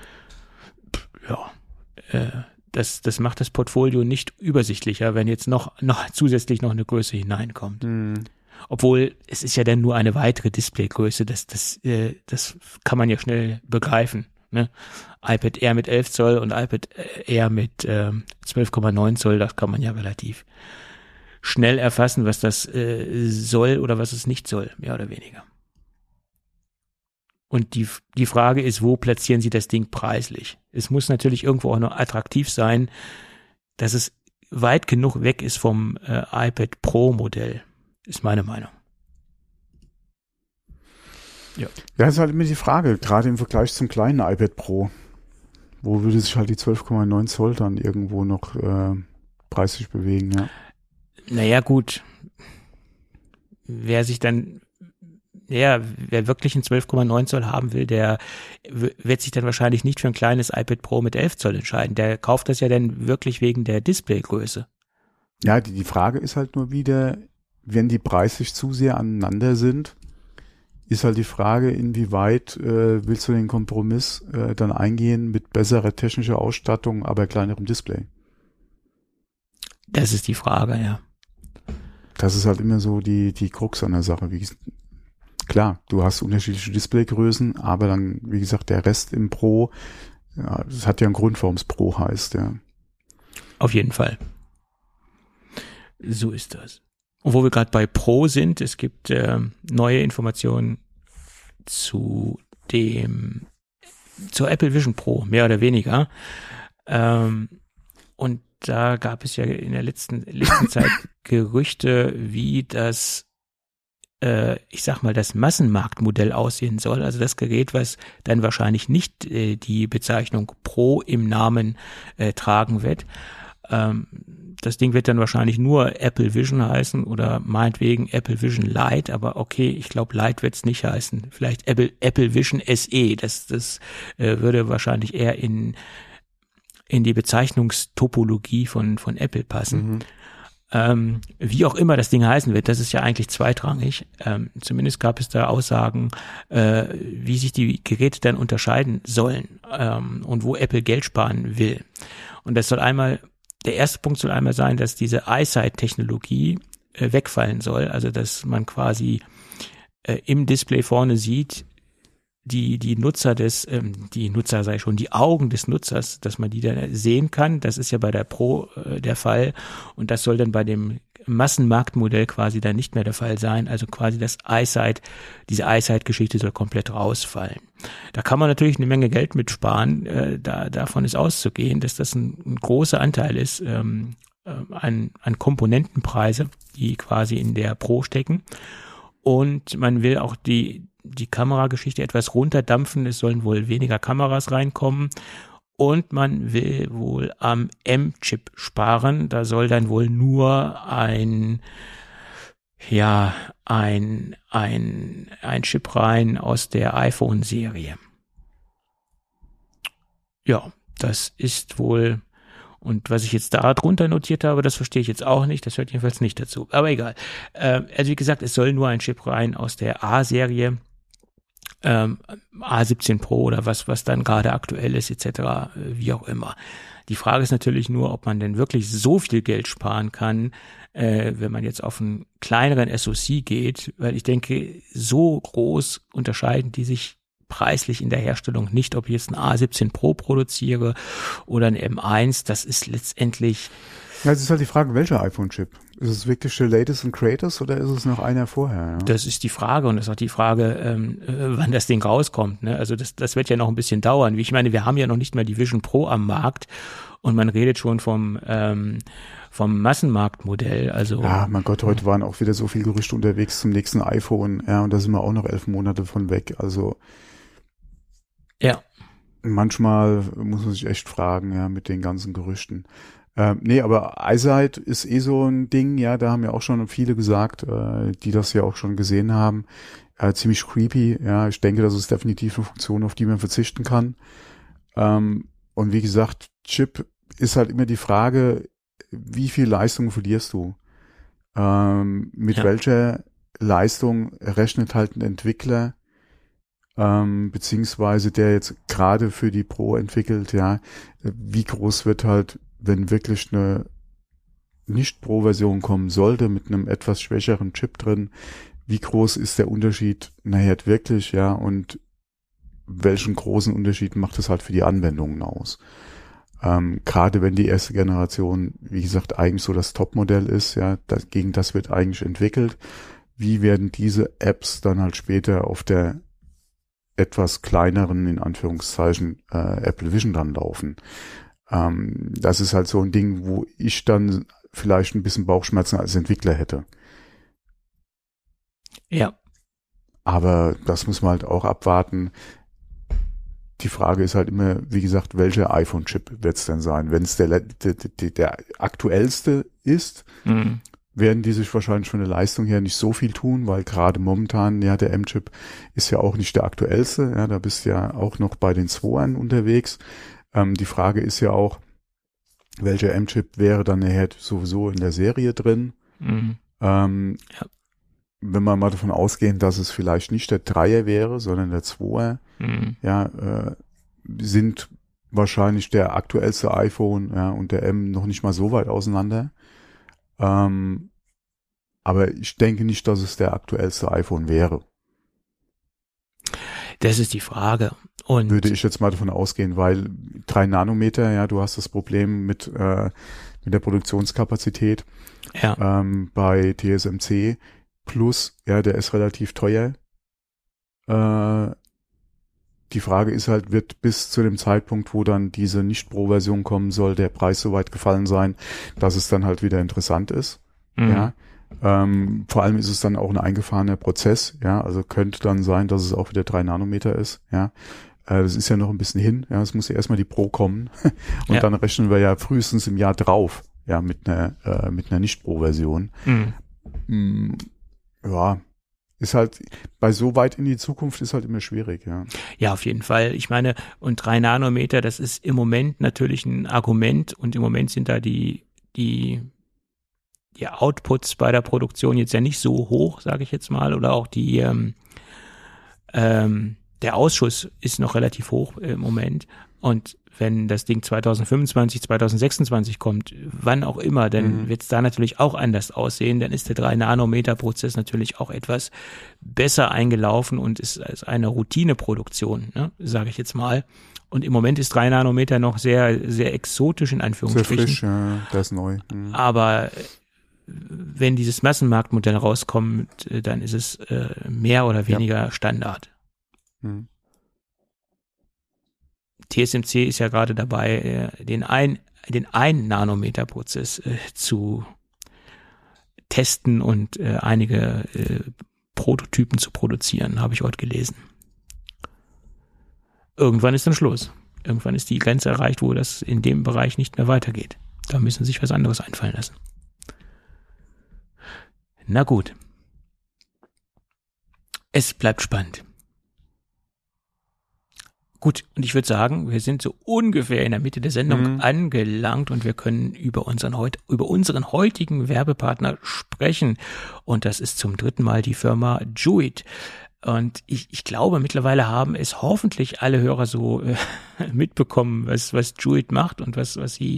S3: Ja, das macht das Portfolio nicht übersichtlicher, wenn jetzt noch zusätzlich noch eine Größe hineinkommt. Obwohl, es ist ja dann nur eine weitere Displaygröße, das kann man ja schnell begreifen. Ne? iPad Air mit 11 Zoll und iPad Air mit 12,9 Zoll, das kann man ja relativ schnell erfassen, was das soll oder was es nicht soll, mehr oder weniger. Und die Frage ist, wo platzieren Sie das Ding preislich? Es muss natürlich irgendwo auch noch attraktiv sein, dass es weit genug weg ist vom iPad Pro Modell. Ist meine Meinung. Ja,
S2: das ist halt immer die Frage, gerade im Vergleich zum kleinen iPad Pro. Wo würde sich halt die 12,9 Zoll dann irgendwo noch preislich bewegen, ja?
S3: Naja, gut. Wer wirklich einen 12,9 Zoll haben will, der wird sich dann wahrscheinlich nicht für ein kleines iPad Pro mit 11 Zoll entscheiden. Der kauft das ja dann wirklich wegen der Displaygröße.
S2: Ja, die Frage ist halt nur wieder, wenn die preislich zu sehr aneinander sind, ist halt die Frage, inwieweit willst du den Kompromiss dann eingehen mit besserer technischer Ausstattung, aber kleinerem Display?
S3: Das ist die Frage, ja.
S2: Das ist halt immer so die Krux an der Sache. Klar, du hast unterschiedliche Displaygrößen, aber dann, wie gesagt, der Rest im Pro, ja, das hat ja einen Grund, warum es Pro heißt, ja.
S3: Auf jeden Fall. So ist das. Und wo wir gerade bei Pro sind, es gibt neue Informationen zur Apple Vision Pro, mehr oder weniger. Und da gab es ja in der letzten Zeit Gerüchte, wie das, ich sag mal, das Massenmarktmodell aussehen soll. Also das Gerät, was dann wahrscheinlich nicht die Bezeichnung Pro im Namen tragen wird. Das Ding wird dann wahrscheinlich nur Apple Vision heißen oder meinetwegen Apple Vision Lite, aber okay, ich glaube Lite wird es nicht heißen. Vielleicht Apple Vision SE, das würde wahrscheinlich eher in die Bezeichnungstopologie von Apple passen. Wie auch immer das Ding heißen wird, das ist ja eigentlich zweitrangig. Zumindest gab es da Aussagen, wie sich die Geräte dann unterscheiden sollen und wo Apple Geld sparen will. Und das soll einmal der erste Punkt soll einmal sein, dass diese EyeSight-Technologie wegfallen soll, also dass man quasi im Display vorne sieht, die Augen des Nutzers, dass man die dann sehen kann. Das ist ja bei der Pro der Fall und das soll dann bei dem Massenmarktmodell quasi dann nicht mehr der Fall sein. Also quasi diese EyeSight-Geschichte soll komplett rausfallen. Da kann man natürlich eine Menge Geld mitsparen. Davon ist auszugehen, dass das ein großer Anteil ist an Komponentenpreise, die quasi in der Pro stecken. Und man will auch die Kamerageschichte etwas runterdampfen. Es sollen wohl weniger Kameras reinkommen. Und man will wohl am M-Chip sparen. Da soll dann wohl nur ein Chip rein aus der iPhone-Serie. Ja, das ist wohl, und was ich jetzt da drunter notiert habe, das verstehe ich jetzt auch nicht, das hört jedenfalls nicht dazu. Aber egal. Also wie gesagt, es soll nur ein Chip rein aus der A-Serie. A17 Pro oder was dann gerade aktuell ist, etc., wie auch immer. Die Frage ist natürlich nur, ob man denn wirklich so viel Geld sparen kann, wenn man jetzt auf einen kleineren SoC geht, weil ich denke, so groß unterscheiden die sich preislich in der Herstellung nicht, ob ich jetzt ein A17 Pro produziere oder ein M1, das ist letztendlich...
S2: Ja, es ist halt die Frage, welcher iPhone-Chip? Ist es wirklich der latest and greatest oder ist es noch einer vorher? Ja?
S3: Das ist die Frage und das ist auch die Frage, wann das Ding rauskommt. Ne? Also das wird ja noch ein bisschen dauern. Wie ich meine, wir haben ja noch nicht mal die Vision Pro am Markt und man redet schon vom Massenmarktmodell. Also
S2: ja, mein Gott, heute waren auch wieder so viele Gerüchte unterwegs zum nächsten iPhone. Ja, und da sind wir auch noch 11 Monate von weg. Also
S3: ja.
S2: Manchmal muss man sich echt fragen, ja, mit den ganzen Gerüchten. Nee, aber EyeSight ist so ein Ding, ja, da haben ja auch schon viele gesagt, die das ja auch schon gesehen haben. Ziemlich creepy, ja, ich denke, das ist definitiv eine Funktion, auf die man verzichten kann. Und wie gesagt, Chip ist halt immer die Frage, wie viel Leistung verlierst du? Mit welcher Leistung rechnet halt ein Entwickler, beziehungsweise der jetzt gerade für die Pro entwickelt, ja, wie groß wird halt, wenn wirklich eine Nicht-Pro-Version kommen sollte mit einem etwas schwächeren Chip drin, wie groß ist der Unterschied nachher wirklich, ja, und welchen großen Unterschied macht es halt für die Anwendungen aus? Gerade wenn die erste Generation, wie gesagt, eigentlich so das Top-Modell ist, ja, gegen das wird eigentlich entwickelt. Wie werden diese Apps dann halt später auf der etwas kleineren, in Anführungszeichen, Apple Vision dann laufen? Das ist halt so ein Ding, wo ich dann vielleicht ein bisschen Bauchschmerzen als Entwickler hätte.
S3: Ja.
S2: Aber das muss man halt auch abwarten. Die Frage ist halt immer, wie gesagt, welcher iPhone-Chip wird es denn sein? Wenn es der aktuellste ist, werden die sich wahrscheinlich von der Leistung her nicht so viel tun, weil gerade momentan, ja, der M-Chip ist ja auch nicht der aktuellste. Ja, da bist du ja auch noch bei den 2ern unterwegs. Die Frage ist ja auch, welcher M-Chip wäre dann nachher sowieso in der Serie drin? Ja. Wenn wir mal davon ausgehen, dass es vielleicht nicht der 3er wäre, sondern der 2er, ja, sind wahrscheinlich der aktuellste iPhone, ja, und der M noch nicht mal so weit auseinander. Aber ich denke nicht, dass es der aktuellste iPhone wäre.
S3: Das ist die Frage. Und
S2: würde ich jetzt mal davon ausgehen, weil 3 Nanometer, ja, du hast das Problem mit der Produktionskapazität bei TSMC plus, ja, der ist relativ teuer. Die Frage ist halt, wird bis zu dem Zeitpunkt, wo dann diese Nicht-Pro-Version kommen soll, der Preis so weit gefallen sein, dass es dann halt wieder interessant ist. Ja. Vor allem ist es dann auch ein eingefahrener Prozess, ja, also könnte dann sein, dass es auch wieder 3 Nanometer ist, ja. Das ist ja noch ein bisschen hin, ja, es muss ja erstmal die Pro kommen und dann rechnen wir ja frühestens im Jahr drauf, ja, mit einer Nicht-Pro-Version. Ja, ist halt, bei so weit in die Zukunft ist halt immer schwierig, ja.
S3: Ja, auf jeden Fall. Ich meine, und 3 Nanometer, das ist im Moment natürlich ein Argument und im Moment sind da die Outputs bei der Produktion jetzt ja nicht so hoch, sage ich jetzt mal, oder auch der Ausschuss ist noch relativ hoch im Moment. Und wenn das Ding 2025, 2026 kommt, wann auch immer, dann wird es da natürlich auch anders aussehen. Dann ist der 3-Nanometer-Prozess natürlich auch etwas besser eingelaufen und ist als eine Routineproduktion, ne, sage ich jetzt mal. Und im Moment ist 3 Nanometer noch sehr, sehr exotisch in Anführungsstrichen.
S2: Sehr frisch, ja, das ist neu.
S3: Aber wenn dieses Massenmarktmodell rauskommt, dann ist es mehr oder weniger Standard. TSMC ist ja gerade dabei, den 1 Nanometer-Prozess zu testen und einige Prototypen zu produzieren, habe ich heute gelesen. Irgendwann ist dann Schluss. Irgendwann ist die Grenze erreicht, wo das in dem Bereich nicht mehr weitergeht. Da müssen sie sich was anderes einfallen lassen. Na gut. Es bleibt spannend. Gut, und ich würde sagen, wir sind so ungefähr in der Mitte der Sendung angelangt und wir können über unseren heutigen Werbepartner sprechen. Und das ist zum 3. Mal die Firma Jouit. Und ich glaube, mittlerweile haben es hoffentlich alle Hörer so mitbekommen, was Jouit macht und was sie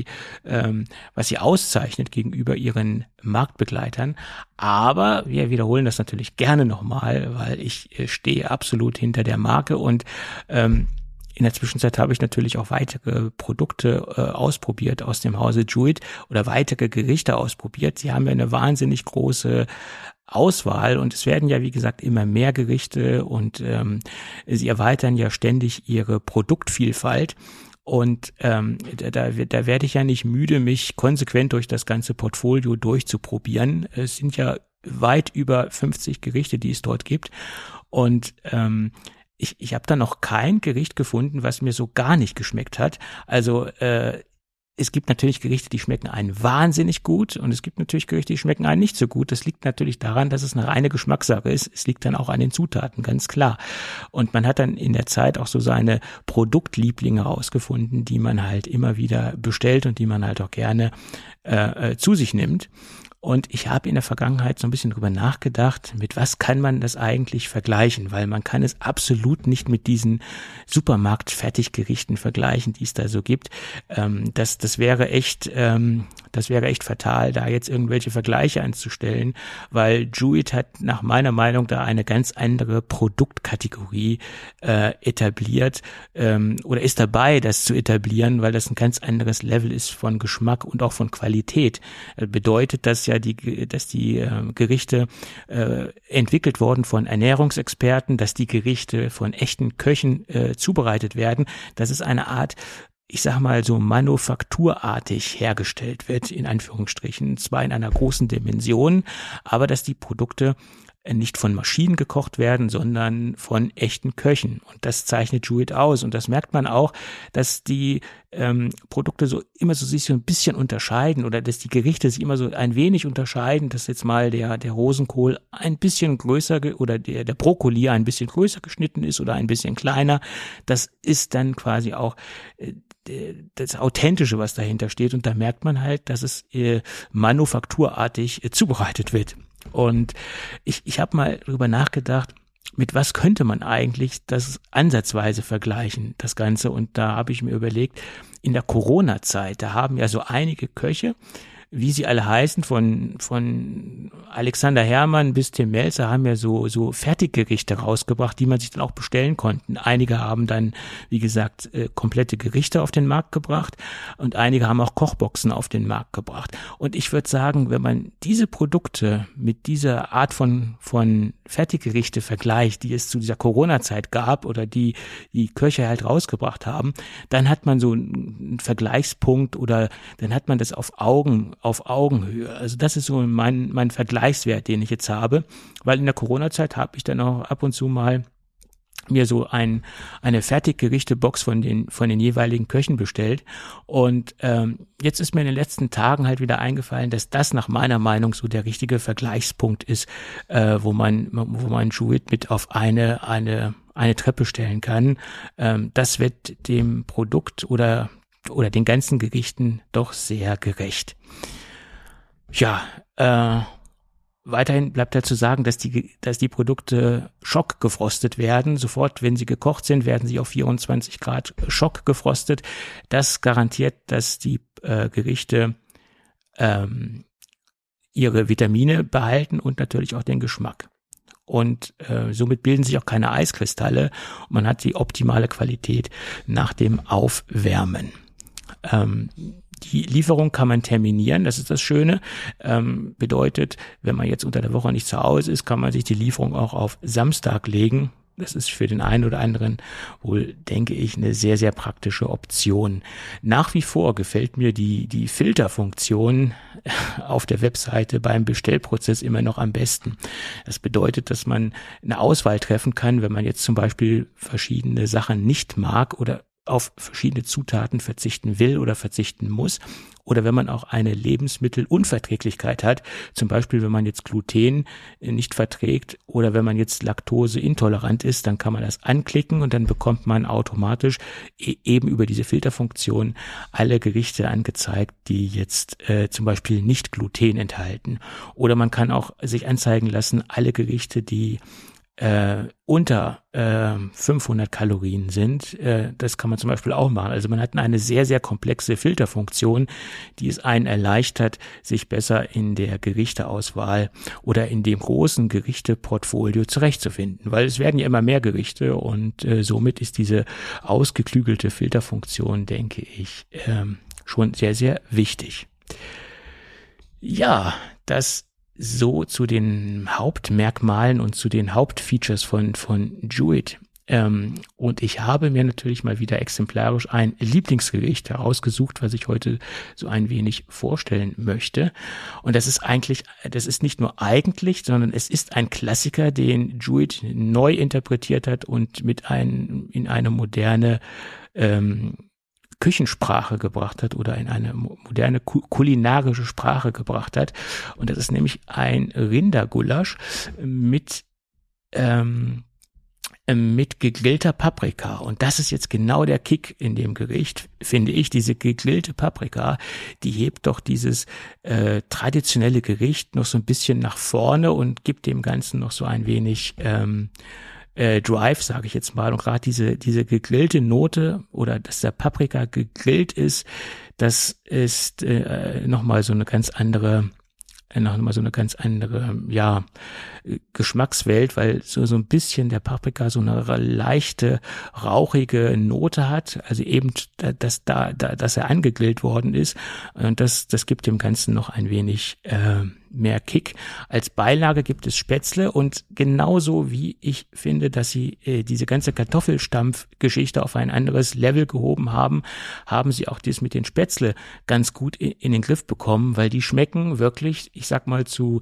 S3: auszeichnet gegenüber ihren Marktbegleitern. Aber wir wiederholen das natürlich gerne nochmal, weil ich stehe absolut hinter der Marke und in der Zwischenzeit habe ich natürlich auch weitere Produkte ausprobiert aus dem Hause Jouit oder weitere Gerichte ausprobiert. Sie haben ja eine wahnsinnig große Auswahl und es werden ja, wie gesagt, immer mehr Gerichte und sie erweitern ja ständig ihre Produktvielfalt. Und da werde ich ja nicht müde, mich konsequent durch das ganze Portfolio durchzuprobieren. Es sind ja weit über 50 Gerichte, die es dort gibt. Und ich habe da noch kein Gericht gefunden, was mir so gar nicht geschmeckt hat. Also es gibt natürlich Gerichte, die schmecken einen wahnsinnig gut und es gibt natürlich Gerichte, die schmecken einen nicht so gut. Das liegt natürlich daran, dass es eine reine Geschmackssache ist. Es liegt dann auch an den Zutaten, ganz klar. Und man hat dann in der Zeit auch so seine Produktlieblinge rausgefunden, die man halt immer wieder bestellt und die man halt auch gerne zu sich nimmt. Und ich habe in der Vergangenheit so ein bisschen drüber nachgedacht, mit was kann man das eigentlich vergleichen, weil man kann es absolut nicht mit diesen Supermarkt-Fertiggerichten vergleichen, die es da so gibt. Das wäre echt fatal, da jetzt irgendwelche Vergleiche anzustellen, weil Jouit hat nach meiner Meinung da eine ganz andere Produktkategorie etabliert oder ist dabei, das zu etablieren, weil das ein ganz anderes Level ist von Geschmack und auch von Qualität. Bedeutet das ja, dass die Gerichte entwickelt worden von Ernährungsexperten, dass die Gerichte von echten Köchen zubereitet werden. Das ist eine Art, ich sag mal so manufakturartig hergestellt wird, in Anführungsstrichen, zwar in einer großen Dimension, aber dass die Produkte nicht von Maschinen gekocht werden, sondern von echten Köchen. Und das zeichnet Jouit aus. Und das merkt man auch, dass die Produkte so immer so sich so ein bisschen unterscheiden oder dass die Gerichte sich immer so ein wenig unterscheiden, dass jetzt mal der Rosenkohl ein bisschen größer oder der Brokkoli ein bisschen größer geschnitten ist oder ein bisschen kleiner. Das ist dann quasi auch das Authentische, was dahinter steht. Und da merkt man halt, dass es manufakturartig zubereitet wird. Und ich habe mal drüber nachgedacht, mit was könnte man eigentlich das ansatzweise vergleichen, das Ganze. Und da habe ich mir überlegt, in der Corona-Zeit, da haben ja so einige Köche, wie sie alle heißen, von Alexander Herrmann bis Tim Melzer, haben ja so Fertiggerichte rausgebracht, die man sich dann auch bestellen konnte. Einige haben dann, wie gesagt, komplette Gerichte auf den Markt gebracht und einige haben auch Kochboxen auf den Markt gebracht. Und ich würde sagen, wenn man diese Produkte mit dieser Art von Fertiggerichte vergleicht, die es zu dieser Corona-Zeit gab oder die Köche halt rausgebracht haben, dann hat man so einen Vergleichspunkt oder dann hat man das auf Augenhöhe. Also das ist so mein Vergleichswert, den ich jetzt habe, weil in der Corona-Zeit habe ich dann auch ab und zu mal mir so eine Fertiggerichte-Box von den jeweiligen Köchen bestellt und jetzt ist mir in den letzten Tagen halt wieder eingefallen, dass das nach meiner Meinung so der richtige Vergleichspunkt ist, wo man Jouit mit auf eine Treppe stellen kann. Das wird dem Produkt oder den ganzen Gerichten doch sehr gerecht. Ja, Weiterhin bleibt dazu sagen, dass die Produkte schockgefrostet werden. Sofort, wenn sie gekocht sind, werden sie auf 24 Grad schockgefrostet. Das garantiert, dass die Gerichte ihre Vitamine behalten und natürlich auch den Geschmack. Und somit bilden sich auch keine Eiskristalle und man hat die optimale Qualität nach dem Aufwärmen. Die Lieferung kann man terminieren, das ist das Schöne. Bedeutet, wenn man jetzt unter der Woche nicht zu Hause ist, kann man sich die Lieferung auch auf Samstag legen. Das ist für den einen oder anderen wohl, denke ich, eine sehr, sehr praktische Option. Nach wie vor gefällt mir die Filterfunktion auf der Webseite beim Bestellprozess immer noch am besten. Das bedeutet, dass man eine Auswahl treffen kann, wenn man jetzt zum Beispiel verschiedene Sachen nicht mag oder auf verschiedene Zutaten verzichten will oder verzichten muss. Oder wenn man auch eine Lebensmittelunverträglichkeit hat, zum Beispiel wenn man jetzt Gluten nicht verträgt oder wenn man jetzt laktoseintolerant ist, dann kann man das anklicken und dann bekommt man automatisch eben über diese Filterfunktion alle Gerichte angezeigt, die jetzt zum Beispiel nicht Gluten enthalten. Oder man kann auch sich anzeigen lassen, alle Gerichte, die unter 500 Kalorien sind. Das kann man zum Beispiel auch machen. Also man hat eine sehr, sehr komplexe Filterfunktion, die es einen erleichtert, sich besser in der Gerichteauswahl oder in dem großen Gerichteportfolio zurechtzufinden. Weil es werden ja immer mehr Gerichte und somit ist diese ausgeklügelte Filterfunktion, denke ich, schon sehr, sehr wichtig. Ja, das so zu den Hauptmerkmalen und zu den Hauptfeatures von Joovit. Und ich habe mir natürlich mal wieder exemplarisch ein Lieblingsgericht herausgesucht, was ich heute so ein wenig vorstellen möchte. Und das ist nicht nur eigentlich, sondern es ist ein Klassiker, den Joovit neu interpretiert hat und in eine moderne Küchensprache gebracht hat oder in eine moderne kulinarische Sprache gebracht hat. Und das ist nämlich ein Rindergulasch mit gegrillter Paprika. Und das ist jetzt genau der Kick in dem Gericht, finde ich. Diese gegrillte Paprika, die hebt doch dieses traditionelle Gericht noch so ein bisschen nach vorne und gibt dem Ganzen noch so ein wenig Drive, sage ich jetzt mal. Und gerade diese gegrillte Note oder dass der Paprika gegrillt ist, das ist nochmal so eine ganz andere Geschmackswelt, weil so ein bisschen der Paprika so eine leichte, rauchige Note hat, also eben, dass er angegrillt worden ist, und das gibt dem Ganzen noch ein wenig mehr Kick. Als Beilage gibt es Spätzle und genauso wie ich finde, dass sie diese ganze Kartoffelstampf-Geschichte auf ein anderes Level gehoben haben, haben sie auch das mit den Spätzle ganz gut in den Griff bekommen, weil die schmecken wirklich, ich sag mal zu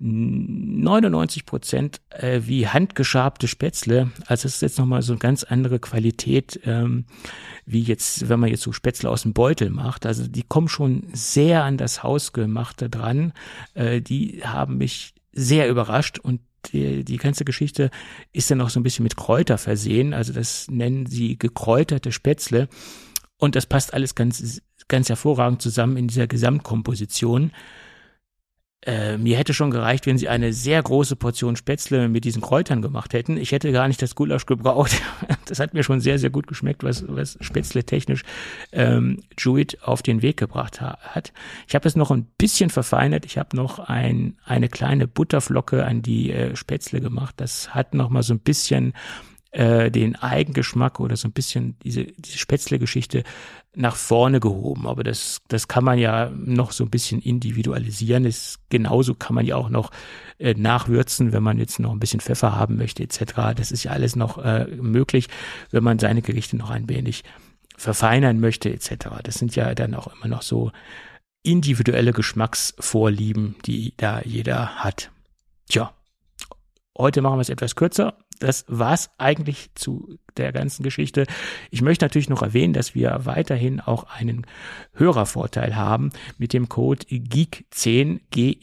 S3: 99% wie handgeschabte Spätzle. Also es ist jetzt nochmal so eine ganz andere Qualität, wie jetzt, wenn man jetzt so Spätzle aus dem Beutel macht. Also die kommen schon sehr an das Hausgemachte dran. Die haben mich sehr überrascht und die ganze Geschichte ist dann auch so ein bisschen mit Kräuter versehen. Also das nennen sie gekräuterte Spätzle und das passt alles ganz, ganz hervorragend zusammen in dieser Gesamtkomposition. Mir hätte schon gereicht, wenn sie eine sehr große Portion Spätzle mit diesen Kräutern gemacht hätten. Ich hätte gar nicht das Gulasch gebraucht. Das hat mir schon sehr, sehr gut geschmeckt, was Spätzle technisch Joovit auf den Weg gebracht hat. Ich habe es noch ein bisschen verfeinert. Ich habe noch eine kleine Butterflocke an die Spätzle gemacht. Das hat noch mal so ein bisschen den Eigengeschmack oder so ein bisschen diese Spätzle-Geschichte nach vorne gehoben. Aber das kann man ja noch so ein bisschen individualisieren. Genauso kann man ja auch noch nachwürzen, wenn man jetzt noch ein bisschen Pfeffer haben möchte etc. Das ist ja alles noch möglich, wenn man seine Gerichte noch ein wenig verfeinern möchte etc. Das sind ja dann auch immer noch so individuelle Geschmacksvorlieben, die da jeder hat. Tja, heute machen wir es etwas kürzer. Das war's eigentlich zu der ganzen Geschichte. Ich möchte natürlich noch erwähnen, dass wir weiterhin auch einen Hörervorteil haben. Mit dem Code GEEK10,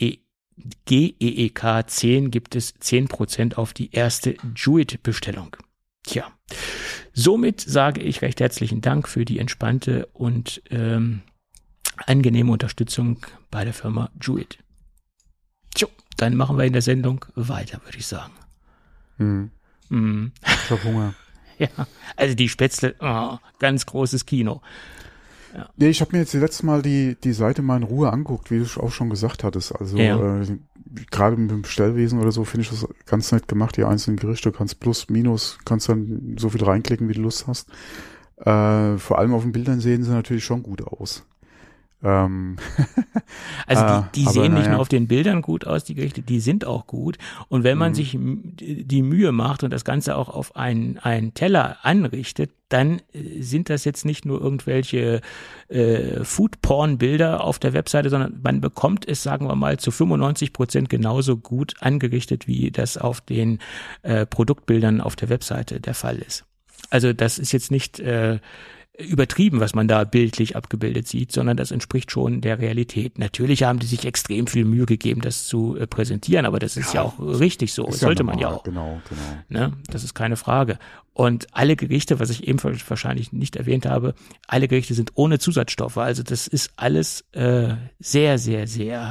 S3: GEEK 10 gibt es 10% auf die erste Joovit-Bestellung. Tja, somit sage ich recht herzlichen Dank für die entspannte und angenehme Unterstützung bei der Firma Joovit. Tja, dann machen wir in der Sendung weiter, würde ich sagen.
S2: Ich hab Hunger.
S3: Ja, also die Spätzle, ganz großes Kino.
S2: Ja. Nee, ich habe mir jetzt letztes Mal die Seite mal in Ruhe anguckt, wie du auch schon gesagt hattest. Also gerade mit dem Bestellwesen oder so finde ich das ganz nett gemacht, die einzelnen Gerichte. Du kannst Plus, Minus, kannst dann so viel reinklicken, wie du Lust hast. Vor allem auf den Bildern sehen sie natürlich schon gut aus.
S3: Also die sehen nicht nur auf den Bildern gut aus, die Gerichte, die sind auch gut. Und wenn man sich die Mühe macht und das Ganze auch auf einen Teller anrichtet, dann sind das jetzt nicht nur irgendwelche Food-Porn-Bilder auf der Webseite, sondern man bekommt es, sagen wir mal, zu 95% genauso gut angerichtet, wie das auf den Produktbildern auf der Webseite der Fall ist. Also das ist jetzt nicht übertrieben, was man da bildlich abgebildet sieht, sondern das entspricht schon der Realität. Natürlich haben die sich extrem viel Mühe gegeben, das zu präsentieren, aber das ist ja auch richtig so. Das sollte man ja auch.
S2: Genau.
S3: Ne? Das ist keine Frage. Und alle Gerichte, was ich ebenfalls wahrscheinlich nicht erwähnt habe, alle Gerichte sind ohne Zusatzstoffe. Also das ist alles sehr, sehr, sehr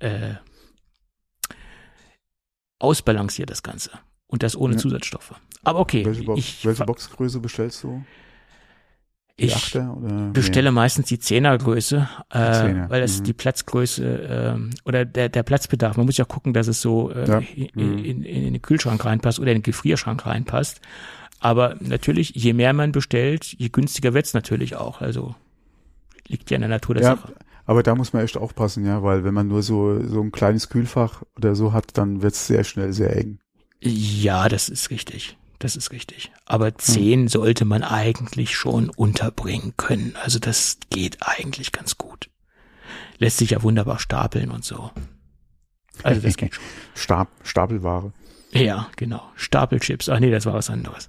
S3: ausbalanciert, das Ganze. Und das ohne Zusatzstoffe. Aber okay.
S2: Welche Boxgröße bestellst du?
S3: Ich bestelle meistens die 10er-Größe, weil das die Platzgröße oder der Platzbedarf. Man muss ja gucken, dass es so in den Kühlschrank reinpasst oder in den Gefrierschrank reinpasst. Aber natürlich, je mehr man bestellt, je günstiger wird's natürlich auch. Also liegt ja in der Natur der Sache.
S2: Aber da muss man echt aufpassen, ja, weil wenn man nur so ein kleines Kühlfach oder so hat, dann wird's sehr schnell sehr eng.
S3: Ja, das ist richtig. Aber 10 sollte man eigentlich schon unterbringen können. Also das geht eigentlich ganz gut. Lässt sich ja wunderbar stapeln und so. Also das geht schon.
S2: Stapelware.
S3: Ja, genau. Stapelchips. Ach nee, das war was anderes.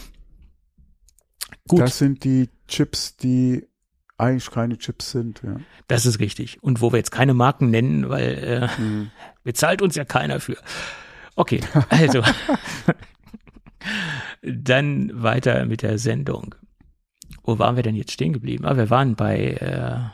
S3: Gut.
S2: Das sind die Chips, die eigentlich keine Chips sind, ja.
S3: Das ist richtig. Und wo wir jetzt keine Marken nennen, weil bezahlt uns ja keiner für. Okay, also dann weiter mit der Sendung. Wo waren wir denn jetzt stehen geblieben? Wir waren bei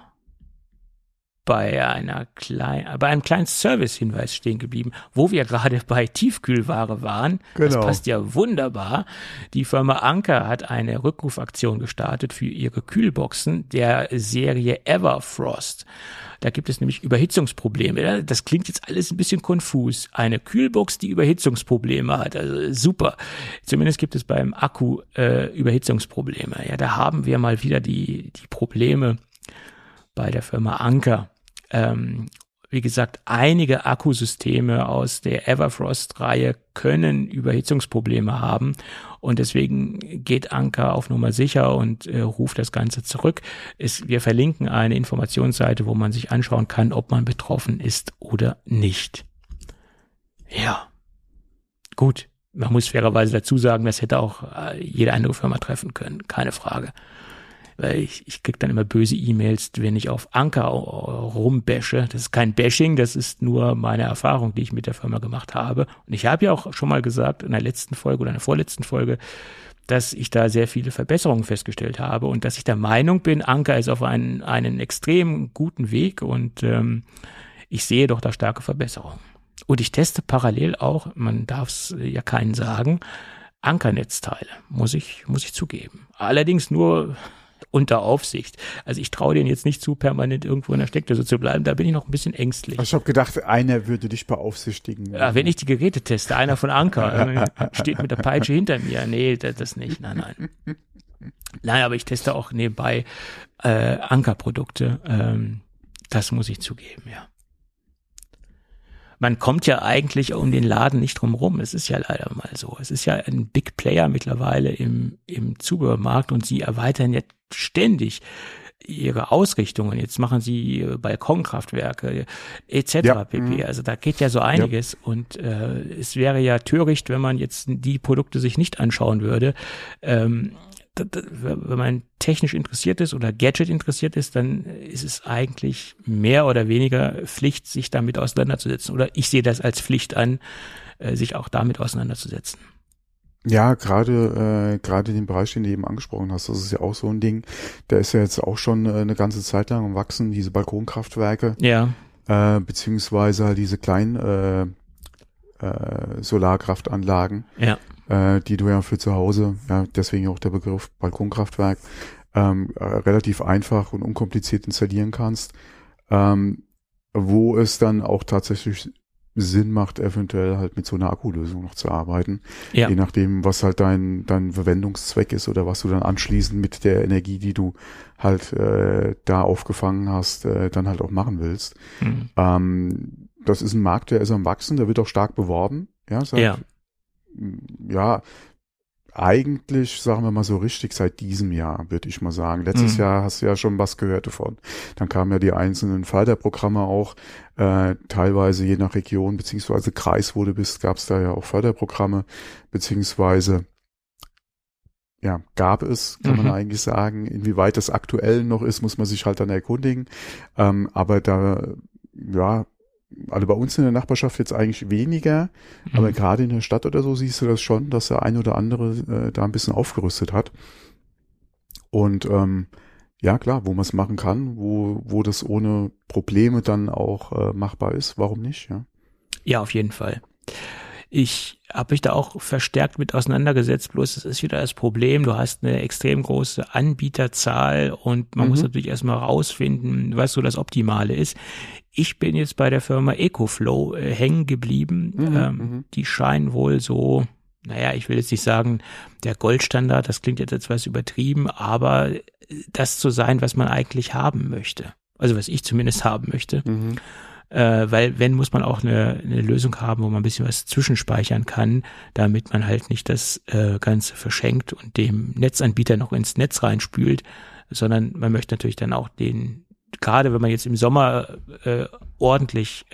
S3: einem kleinen Service-Hinweis stehen geblieben, wo wir gerade bei Tiefkühlware waren. Genau. Das passt ja wunderbar. Die Firma Anker hat eine Rückrufaktion gestartet für ihre Kühlboxen der Serie Everfrost. Da gibt es nämlich Überhitzungsprobleme. Das klingt jetzt alles ein bisschen konfus. Eine Kühlbox, die Überhitzungsprobleme hat. Also super. Zumindest gibt es beim Akku Überhitzungsprobleme. Ja, da haben wir mal wieder die Probleme bei der Firma Anker. Wie gesagt, einige Akkusysteme aus der Everfrost-Reihe können Überhitzungsprobleme haben und deswegen geht Anker auf Nummer sicher und ruft das Ganze zurück. Wir verlinken eine Informationsseite, wo man sich anschauen kann, ob man betroffen ist oder nicht. Ja, gut. Man muss fairerweise dazu sagen, das hätte auch jede andere Firma treffen können, keine Frage. Weil ich krieg dann immer böse E-Mails, wenn ich auf Anker rumbashe. Das ist kein Bashing, das ist nur meine Erfahrung, die ich mit der Firma gemacht habe. Und ich habe ja auch schon mal gesagt in der letzten Folge oder in der vorletzten Folge, dass ich da sehr viele Verbesserungen festgestellt habe und dass ich der Meinung bin, Anker ist auf einen extrem guten Weg und ich sehe doch da starke Verbesserungen. Und ich teste parallel auch, man darf es ja keinen sagen, Ankernetzteile, muss ich zugeben. Allerdings nur unter Aufsicht. Also ich traue denen jetzt nicht zu, permanent irgendwo in der Steckdose zu bleiben. Da bin ich noch ein bisschen ängstlich.
S2: Ich habe gedacht, einer würde dich beaufsichtigen.
S3: Ja, wenn ich die Geräte teste, einer von Anker steht mit der Peitsche hinter mir. Nee, das nicht. Nein. Nein, aber ich teste auch nebenbei Anker-Produkte. Das muss ich zugeben, ja. Man kommt ja eigentlich um den Laden nicht drum rum. Es ist ja leider mal so. Es ist ja ein Big Player mittlerweile im Zubehörmarkt und sie erweitern jetzt ständig ihre Ausrichtungen. Jetzt machen sie Balkonkraftwerke etc. pp. Also da geht ja so einiges und es wäre ja töricht, wenn man jetzt die Produkte sich nicht anschauen würde. Wenn man technisch interessiert ist oder Gadget interessiert ist, dann ist es eigentlich mehr oder weniger Pflicht, sich damit auseinanderzusetzen. Oder ich sehe das als Pflicht an, sich auch damit auseinanderzusetzen.
S2: Ja, gerade den Bereich, den du eben angesprochen hast, das ist ja auch so ein Ding, der ist ja jetzt auch schon eine ganze Zeit lang am Wachsen, diese Balkonkraftwerke.
S3: Ja.
S2: Beziehungsweise halt diese kleinen Solarkraftanlagen, die du ja für zu Hause, ja, deswegen auch der Begriff Balkonkraftwerk, relativ einfach und unkompliziert installieren kannst, wo es dann auch tatsächlich Sinn macht, eventuell halt mit so einer Akkulösung noch zu arbeiten. Ja. Je nachdem, was halt dein Verwendungszweck ist oder was du dann anschließend mit der Energie, die du halt da aufgefangen hast, dann halt auch machen willst. Das ist ein Markt, der ist am Wachsen, der wird auch stark beworben. Ja, eigentlich, sagen wir mal so richtig, seit diesem Jahr, würde ich mal sagen. Letztes Jahr hast du ja schon was gehört davon. Dann kamen ja die einzelnen Förderprogramme auch, teilweise je nach Region, beziehungsweise Kreis, wo du bist, gab es da ja auch Förderprogramme, beziehungsweise ja, gab es, kann man eigentlich sagen. Inwieweit das aktuell noch ist, muss man sich halt dann erkundigen. Aber da, ja, also bei uns in der Nachbarschaft jetzt eigentlich weniger, aber gerade in der Stadt oder so siehst du das schon, dass der ein oder andere da ein bisschen aufgerüstet hat. Und ja klar, wo man es machen kann, wo das ohne Probleme dann auch machbar ist, warum nicht?
S3: Ja, auf jeden Fall. Ich habe mich da auch verstärkt mit auseinandergesetzt, bloß es ist wieder das Problem, du hast eine extrem große Anbieterzahl und man muss natürlich erstmal rausfinden, was so das Optimale ist. Ich bin jetzt bei der Firma EcoFlow hängen geblieben. Die scheinen wohl so, naja, ich will jetzt nicht sagen, der Goldstandard, das klingt jetzt etwas übertrieben, aber das zu sein, was man eigentlich haben möchte. Also was ich zumindest haben möchte. Weil wenn, muss man auch eine Lösung haben, wo man ein bisschen was zwischenspeichern kann, damit man halt nicht das Ganze verschenkt und dem Netzanbieter noch ins Netz reinspült, sondern man möchte natürlich dann auch gerade wenn man jetzt im Sommer ordentlich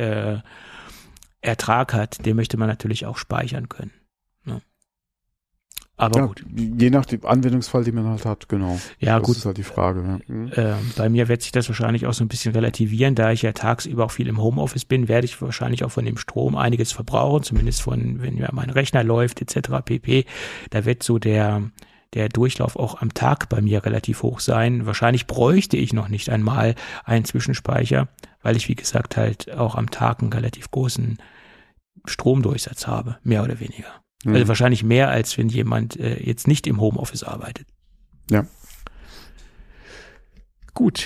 S3: Ertrag hat, den möchte man natürlich auch speichern können. Ne? Aber ja, gut.
S2: Je nach dem Anwendungsfall, den man halt hat, genau.
S3: Ja,
S2: das
S3: gut.
S2: ist halt die Frage. Ja.
S3: Bei mir wird sich das wahrscheinlich auch so ein bisschen relativieren, da ich ja tagsüber auch viel im Homeoffice bin, werde ich wahrscheinlich auch von dem Strom einiges verbrauchen, zumindest wenn ja mein Rechner läuft etc. pp. Da wird so der Durchlauf auch am Tag bei mir relativ hoch sein. Wahrscheinlich bräuchte ich noch nicht einmal einen Zwischenspeicher, weil ich, wie gesagt, halt auch am Tag einen relativ großen Stromdurchsatz habe, mehr oder weniger. Also wahrscheinlich mehr, als wenn jemand jetzt nicht im Homeoffice arbeitet.
S2: Ja.
S3: Gut.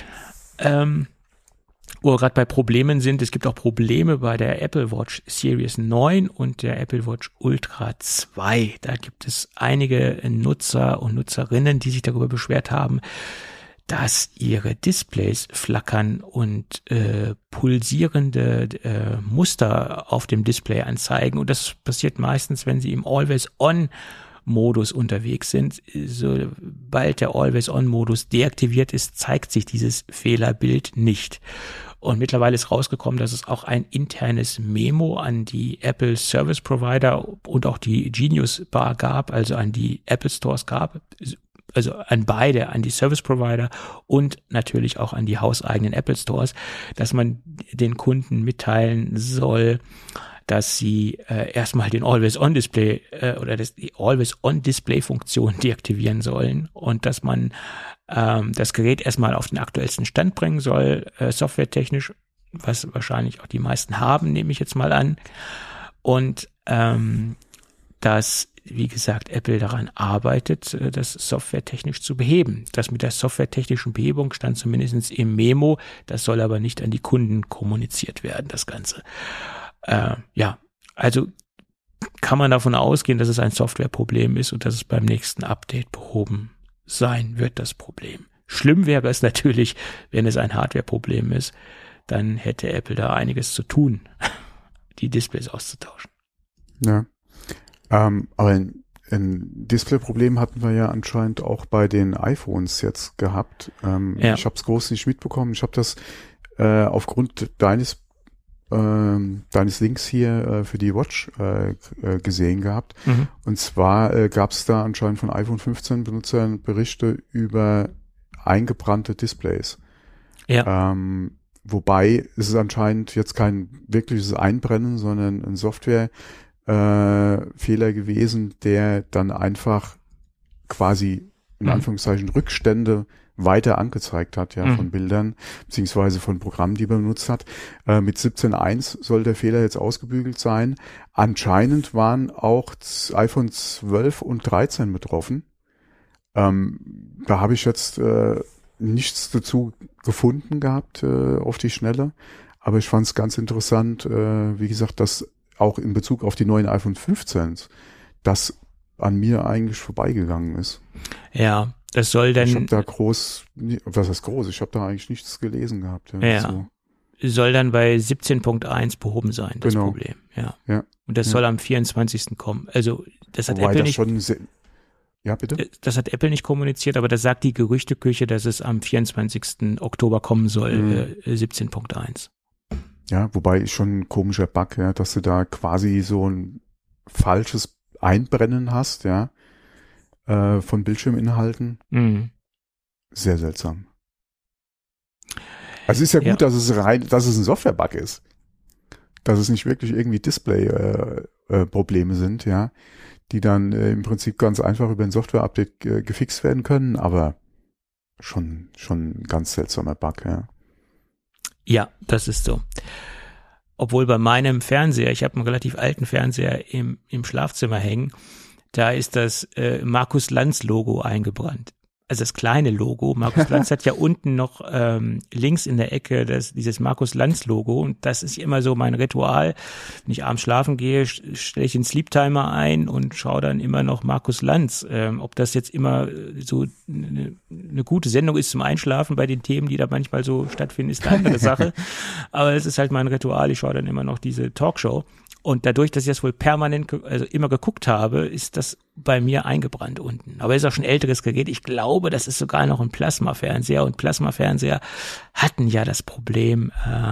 S3: Wo wir gerade bei Problemen sind, es gibt auch Probleme bei der Apple Watch Series 9 und der Apple Watch Ultra 2. Da gibt es einige Nutzer und Nutzerinnen, die sich darüber beschwert haben, dass ihre Displays flackern und pulsierende Muster auf dem Display anzeigen. Und das passiert meistens, wenn sie im Always-On-Modus unterwegs sind. Sobald der Always-On-Modus deaktiviert ist, zeigt sich dieses Fehlerbild nicht. Und mittlerweile ist rausgekommen, dass es auch ein internes Memo an die Apple Service Provider und auch die Genius Bar gab, also an die Apple Stores gab, also an beide, an die Service Provider und natürlich auch an die hauseigenen Apple Stores, dass man den Kunden mitteilen soll, dass sie erstmal den Always-On-Display oder die Always-On-Display-Funktion deaktivieren sollen und dass man das Gerät erstmal auf den aktuellsten Stand bringen soll, softwaretechnisch, was wahrscheinlich auch die meisten haben, nehme ich jetzt mal an. Und dass, wie gesagt, Apple daran arbeitet, das softwaretechnisch zu beheben. Das mit der softwaretechnischen Behebung stand zumindest im Memo, das soll aber nicht an die Kunden kommuniziert werden, das Ganze. Ja, also kann man davon ausgehen, dass es ein Softwareproblem ist und dass es beim nächsten Update behoben sein wird, das Problem. Schlimm wäre es natürlich, wenn es ein Hardwareproblem ist, dann hätte Apple da einiges zu tun, die Displays auszutauschen.
S2: Ja, aber ein Displayproblem hatten wir ja anscheinend auch bei den iPhones jetzt gehabt. Ja. Ich habe es groß nicht mitbekommen. Ich habe das aufgrund deines Links hier für die Watch gesehen gehabt. Und zwar gab es da anscheinend von iPhone 15 Benutzern Berichte über eingebrannte Displays.
S3: Ja.
S2: Wobei es ist anscheinend jetzt kein wirkliches Einbrennen, sondern ein Softwarefehler gewesen, der dann einfach quasi in Anführungszeichen Rückstände weiter angezeigt hat, ja, von Bildern, beziehungsweise von Programmen, die man benutzt hat. Mit 17.1 soll der Fehler jetzt ausgebügelt sein. Anscheinend waren auch iPhone 12 und 13 betroffen. Da habe ich jetzt nichts dazu gefunden gehabt auf die Schnelle, aber ich fand es ganz interessant, wie gesagt, dass auch in Bezug auf die neuen iPhone 15 das an mir eigentlich vorbeigegangen ist.
S3: Ja, das soll dann...
S2: Ich habe da was heißt groß? Ich habe da eigentlich nichts gelesen gehabt.
S3: Ja,
S2: so.
S3: Soll dann bei 17.1 behoben sein, das Problem. Ja. Und das soll am 24. kommen. Also das hat Apple nicht...
S2: Ja, bitte?
S3: Das hat Apple nicht kommuniziert, aber das sagt die Gerüchteküche, dass es am 24. Oktober kommen soll, 17.1.
S2: Ja, wobei ist schon ein komischer Bug, ja, dass du da quasi so ein falsches Einbrennen hast, ja, von Bildschirminhalten. Sehr seltsam. Also ist ja gut, dass es ein Software-Bug ist. Dass es nicht wirklich irgendwie Display-Probleme sind, ja, die dann im Prinzip ganz einfach über ein Software-Update gefixt werden können, aber schon ein ganz seltsamer Bug, ja.
S3: Ja, das ist so. Obwohl bei meinem Fernseher, ich habe einen relativ alten Fernseher im Schlafzimmer hängen, da ist das Markus Lanz Logo eingebrannt. Also das kleine Logo. Markus Lanz hat ja unten noch links in der Ecke dieses Markus Lanz Logo, und das ist immer so mein Ritual. Wenn ich abends schlafen gehe, stelle ich den Sleep Timer ein und schaue dann immer noch Markus Lanz. Ob das jetzt immer so eine gute Sendung ist zum Einschlafen bei den Themen, die da manchmal so stattfinden, ist eine andere Sache. Aber es ist halt mein Ritual. Ich schaue dann immer noch diese Talkshow. Und dadurch, dass ich das wohl permanent, also immer geguckt habe, ist das bei mir eingebrannt unten. Aber es ist auch schon ein älteres Gerät. Ich glaube, das ist sogar noch ein Plasmafernseher. Und Plasmafernseher hatten ja das Problem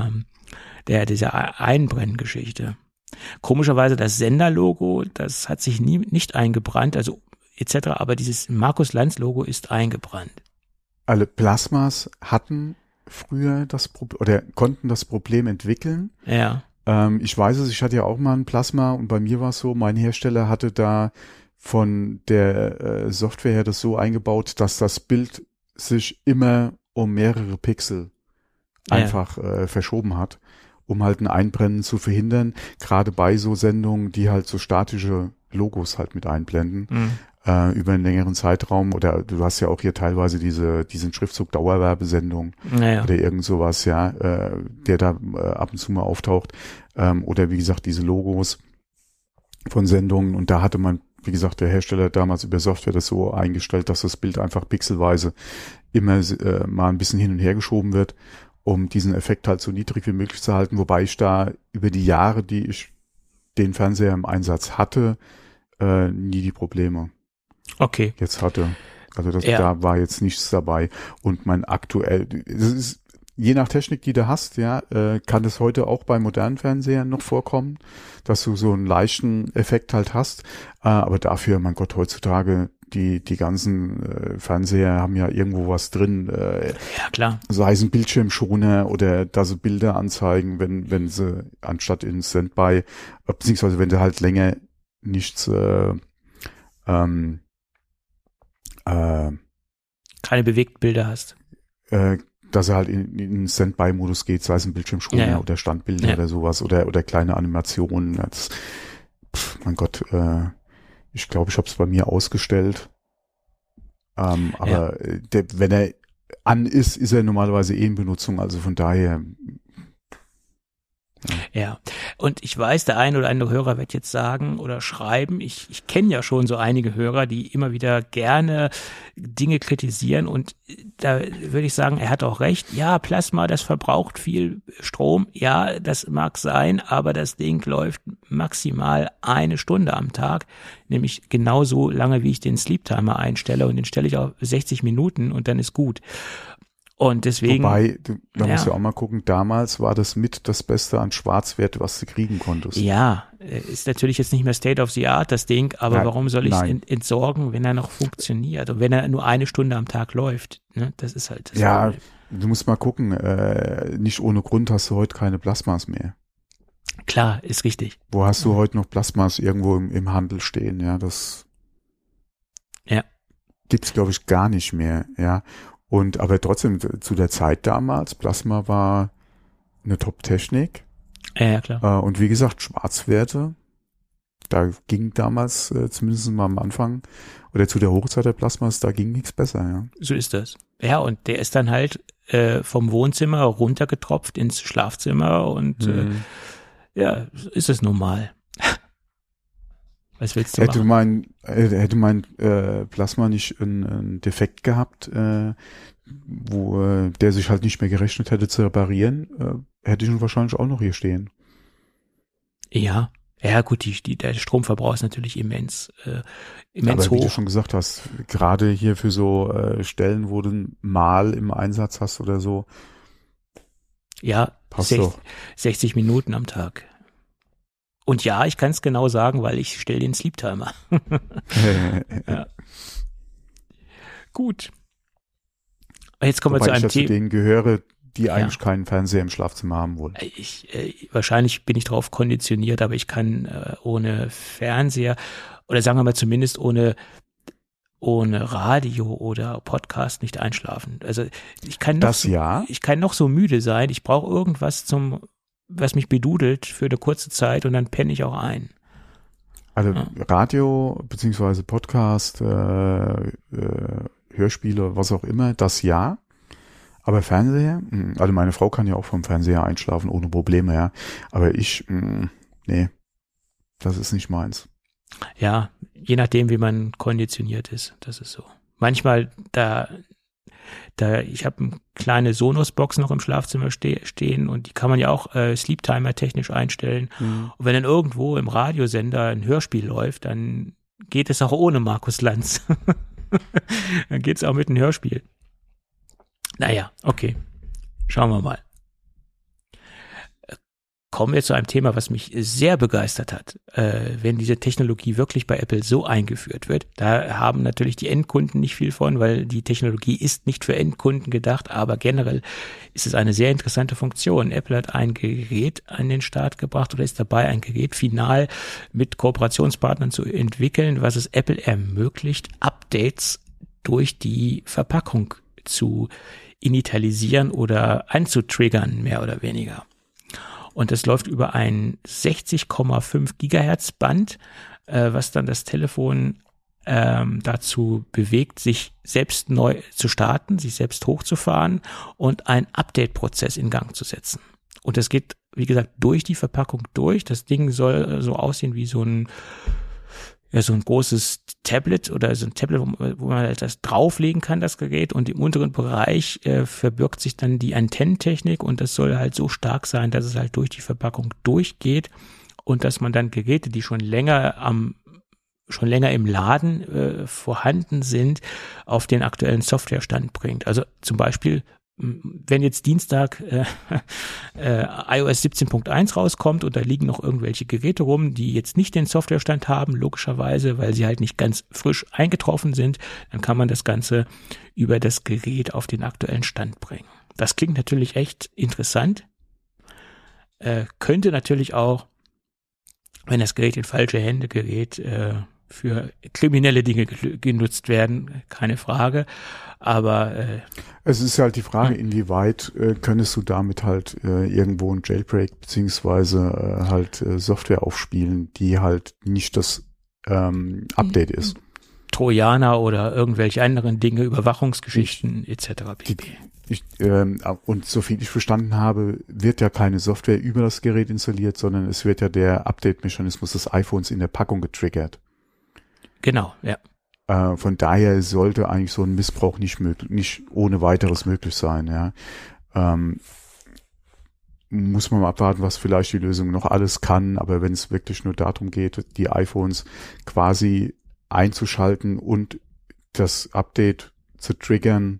S3: dieser Einbrenngeschichte. Komischerweise das Senderlogo, das hat sich nicht eingebrannt, also etc. Aber dieses Markus Lanz Logo ist eingebrannt.
S2: Alle Plasmas hatten früher das Problem oder konnten das Problem entwickeln.
S3: Ja.
S2: Ich weiß es, ich hatte ja auch mal ein Plasma und bei mir war es so, mein Hersteller hatte da von der Software her das so eingebaut, dass das Bild sich immer um mehrere Pixel einfach verschoben hat, um halt ein Einbrennen zu verhindern, gerade bei so Sendungen, die halt so statische Logos halt mit einblenden. Über einen längeren Zeitraum, oder du hast ja auch hier teilweise diesen Schriftzug Dauerwerbesendung oder irgend sowas, ja, der da ab und zu mal auftaucht, oder wie gesagt diese Logos von Sendungen, und da hatte man, wie gesagt, der Hersteller damals über Software das so eingestellt, dass das Bild einfach pixelweise immer mal ein bisschen hin und her geschoben wird, um diesen Effekt halt so niedrig wie möglich zu halten, wobei ich da über die Jahre, die ich den Fernseher im Einsatz hatte, nie die Probleme jetzt hatte. Also da war jetzt nichts dabei. Und je nach Technik, die du hast, ja, kann es heute auch bei modernen Fernsehern noch vorkommen, dass du so einen leichten Effekt halt hast. Aber dafür, mein Gott, heutzutage die ganzen Fernseher haben ja irgendwo was drin.
S3: Ja, klar.
S2: Sei es ein Bildschirmschoner oder dass sie Bilder anzeigen, wenn sie anstatt in Standby, beziehungsweise wenn du halt länger nichts
S3: keine Bewegtbilder hast.
S2: Dass er halt in Standby-Modus geht, sei es ein Bildschirmschoner oder Standbilder oder sowas oder kleine Animationen. Mein Gott, ich glaube, ich habe es bei mir ausgestellt. Aber wenn er an ist, ist er normalerweise in Benutzung, also von daher.
S3: Ja, und ich weiß, der ein oder andere Hörer wird jetzt sagen oder schreiben, ich kenne ja schon so einige Hörer, die immer wieder gerne Dinge kritisieren, und da würde ich sagen, er hat auch recht. Ja, Plasma, das verbraucht viel Strom. Ja, das mag sein, aber das Ding läuft maximal 1 Stunde am Tag, nämlich genauso lange, wie ich den Sleep Timer einstelle, und den stelle ich auf 60 Minuten und dann ist gut. Und deswegen.
S2: Wobei, da musst du auch mal gucken, damals war das mit das Beste an Schwarzwert, was du kriegen konntest.
S3: Ja, ist natürlich jetzt nicht mehr State of the Art, das Ding, aber warum soll ich es entsorgen, wenn er noch funktioniert und wenn er nur 1 Stunde am Tag läuft? Ne? Das ist halt das Problem.
S2: Du musst mal gucken, nicht ohne Grund hast du heute keine Plasmas mehr.
S3: Klar, ist richtig.
S2: Wo hast du heute noch Plasmas irgendwo im Handel stehen? Ja, gibt's, glaube ich, gar nicht mehr, ja. Und aber trotzdem, zu der Zeit damals, Plasma war eine Top-Technik.
S3: Ja, klar.
S2: Und wie gesagt, Schwarzwerte, da ging damals, zumindest mal am Anfang, oder zu der Hochzeit der Plasmas, da ging nichts besser, ja.
S3: So ist das. Ja, und der ist dann halt vom Wohnzimmer runtergetropft ins Schlafzimmer und ja, ist es normal. Was willst du machen?
S2: Hätte mein Plasma nicht einen Defekt gehabt, wo der sich halt nicht mehr gerechnet hätte zu reparieren, hätte ich ihn wahrscheinlich auch noch hier stehen.
S3: Ja, gut, der Stromverbrauch ist natürlich immens
S2: Aber
S3: hoch.
S2: wie du schon gesagt hast, gerade hier für so Stellen, wo du mal im Einsatz hast oder so.
S3: Ja,
S2: passt doch.
S3: 60 Minuten am Tag. Und ja, ich kann es genau sagen, weil ich stelle den Sleep Timer. Ja. Gut. Jetzt kommen wir zu einem Thema.
S2: Zu denen gehöre, die eigentlich keinen Fernseher im Schlafzimmer haben wollen.
S3: Wahrscheinlich bin ich darauf konditioniert, aber ich kann ohne Fernseher oder sagen wir mal zumindest ohne Radio oder Podcast nicht einschlafen. Also ich kann noch so müde sein. Ich brauche irgendwas was mich bedudelt für eine kurze Zeit und dann penne ich auch ein.
S2: Also Radio beziehungsweise Podcast, Hörspiele, was auch immer, das ja. Aber Fernseher, also meine Frau kann ja auch vom Fernseher einschlafen ohne Probleme, ja. Aber ich, nee, das ist nicht meins.
S3: Ja, je nachdem, wie man konditioniert ist, das ist so. Manchmal ich habe eine kleine Sonos-Box noch im Schlafzimmer stehen und die kann man ja auch Sleep-Timer technisch einstellen. Und wenn dann irgendwo im Radiosender ein Hörspiel läuft, dann geht es auch ohne Markus Lanz. Dann geht es auch mit einem Hörspiel. Naja, okay. Schauen wir mal. Kommen wir zu einem Thema, was mich sehr begeistert hat. Wenn diese Technologie wirklich bei Apple so eingeführt wird, da haben natürlich die Endkunden nicht viel von, weil die Technologie ist nicht für Endkunden gedacht, aber generell ist es eine sehr interessante Funktion. Apple hat ein Gerät an den Start gebracht oder ist dabei, ein Gerät final mit Kooperationspartnern zu entwickeln, was es Apple ermöglicht, Updates durch die Verpackung zu initialisieren oder anzutriggern, mehr oder weniger. Und das läuft über ein 60,5 Gigahertz Band, was dann das Telefon dazu bewegt, sich selbst neu zu starten, sich selbst hochzufahren und einen Update-Prozess in Gang zu setzen. Und das geht, wie gesagt, durch die Verpackung durch. Das Ding soll so aussehen wie so ein großes Tablet oder so ein Tablet, wo man halt das drauflegen kann, das Gerät. Und im unteren Bereich verbirgt sich dann die Antennentechnik und das soll halt so stark sein, dass es halt durch die Verpackung durchgeht und dass man dann Geräte, die schon länger im Laden vorhanden sind, auf den aktuellen Softwarestand bringt. Also zum Beispiel, wenn jetzt Dienstag iOS 17.1 rauskommt und da liegen noch irgendwelche Geräte rum, die jetzt nicht den Softwarestand haben, logischerweise, weil sie halt nicht ganz frisch eingetroffen sind, dann kann man das Ganze über das Gerät auf den aktuellen Stand bringen. Das klingt natürlich echt interessant. Könnte natürlich auch, wenn das Gerät in falsche Hände gerät, für kriminelle Dinge genutzt werden, keine Frage. Aber
S2: es ist halt die Frage, inwieweit könntest du damit halt irgendwo einen Jailbreak beziehungsweise halt Software aufspielen, die halt nicht das Update ist.
S3: Trojaner oder irgendwelche anderen Dinge, Überwachungsgeschichten etc.
S2: Und so viel ich verstanden habe, wird ja keine Software über das Gerät installiert, sondern es wird ja der Update-Mechanismus des iPhones in der Packung getriggert.
S3: Genau, ja.
S2: Von daher sollte eigentlich so ein Missbrauch nicht ohne weiteres möglich sein, ja. Muss man mal abwarten, was vielleicht die Lösung noch alles kann, aber wenn es wirklich nur darum geht, die iPhones quasi einzuschalten und das Update zu triggern,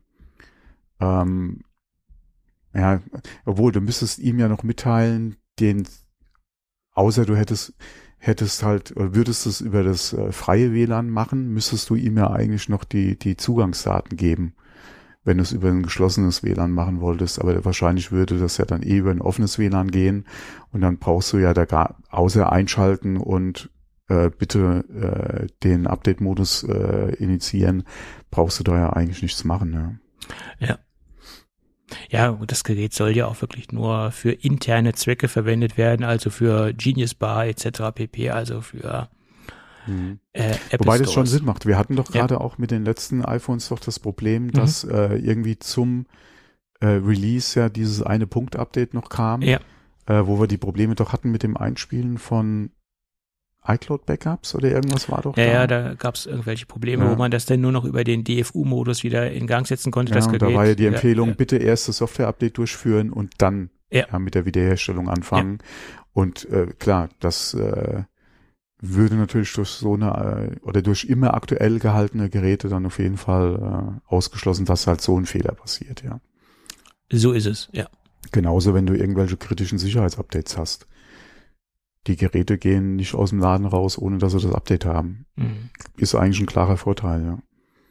S2: ja, obwohl du müsstest ihm ja noch mitteilen, außer du hättest halt, oder würdest es über das freie WLAN machen, müsstest du ihm ja eigentlich noch die Zugangsdaten geben, wenn du es über ein geschlossenes WLAN machen wolltest. Aber wahrscheinlich würde das ja dann über ein offenes WLAN gehen und dann brauchst du ja außer einschalten und bitte den Update-Modus initiieren, brauchst du da ja eigentlich nichts machen. Ne?
S3: Ja. Ja, und das Gerät soll ja auch wirklich nur für interne Zwecke verwendet werden, also für Genius Bar etc. pp., also für Apple
S2: Wobei das
S3: Stores.
S2: schon Sinn macht. Wir hatten doch gerade auch mit den letzten iPhones doch das Problem, dass irgendwie zum Release ja dieses eine Punkt-Update noch kam, wo wir die Probleme doch hatten mit dem Einspielen von iCloud-Backups oder irgendwas war doch
S3: Ja, da gab es irgendwelche Probleme, wo man das dann nur noch über den DFU-Modus wieder in Gang setzen konnte.
S2: Ja,
S3: das
S2: und
S3: Gerät,
S2: da war ja die Empfehlung, bitte erst das Software-Update durchführen und dann mit der Wiederherstellung anfangen. Ja. Und klar, das würde natürlich durch so eine oder durch immer aktuell gehaltene Geräte dann auf jeden Fall ausgeschlossen, dass halt so ein Fehler passiert, ja.
S3: So ist es, ja.
S2: Genauso, wenn du irgendwelche kritischen Sicherheitsupdates hast. Die Geräte gehen nicht aus dem Laden raus, ohne dass sie das Update haben. Ist eigentlich ein klarer Vorteil, ja.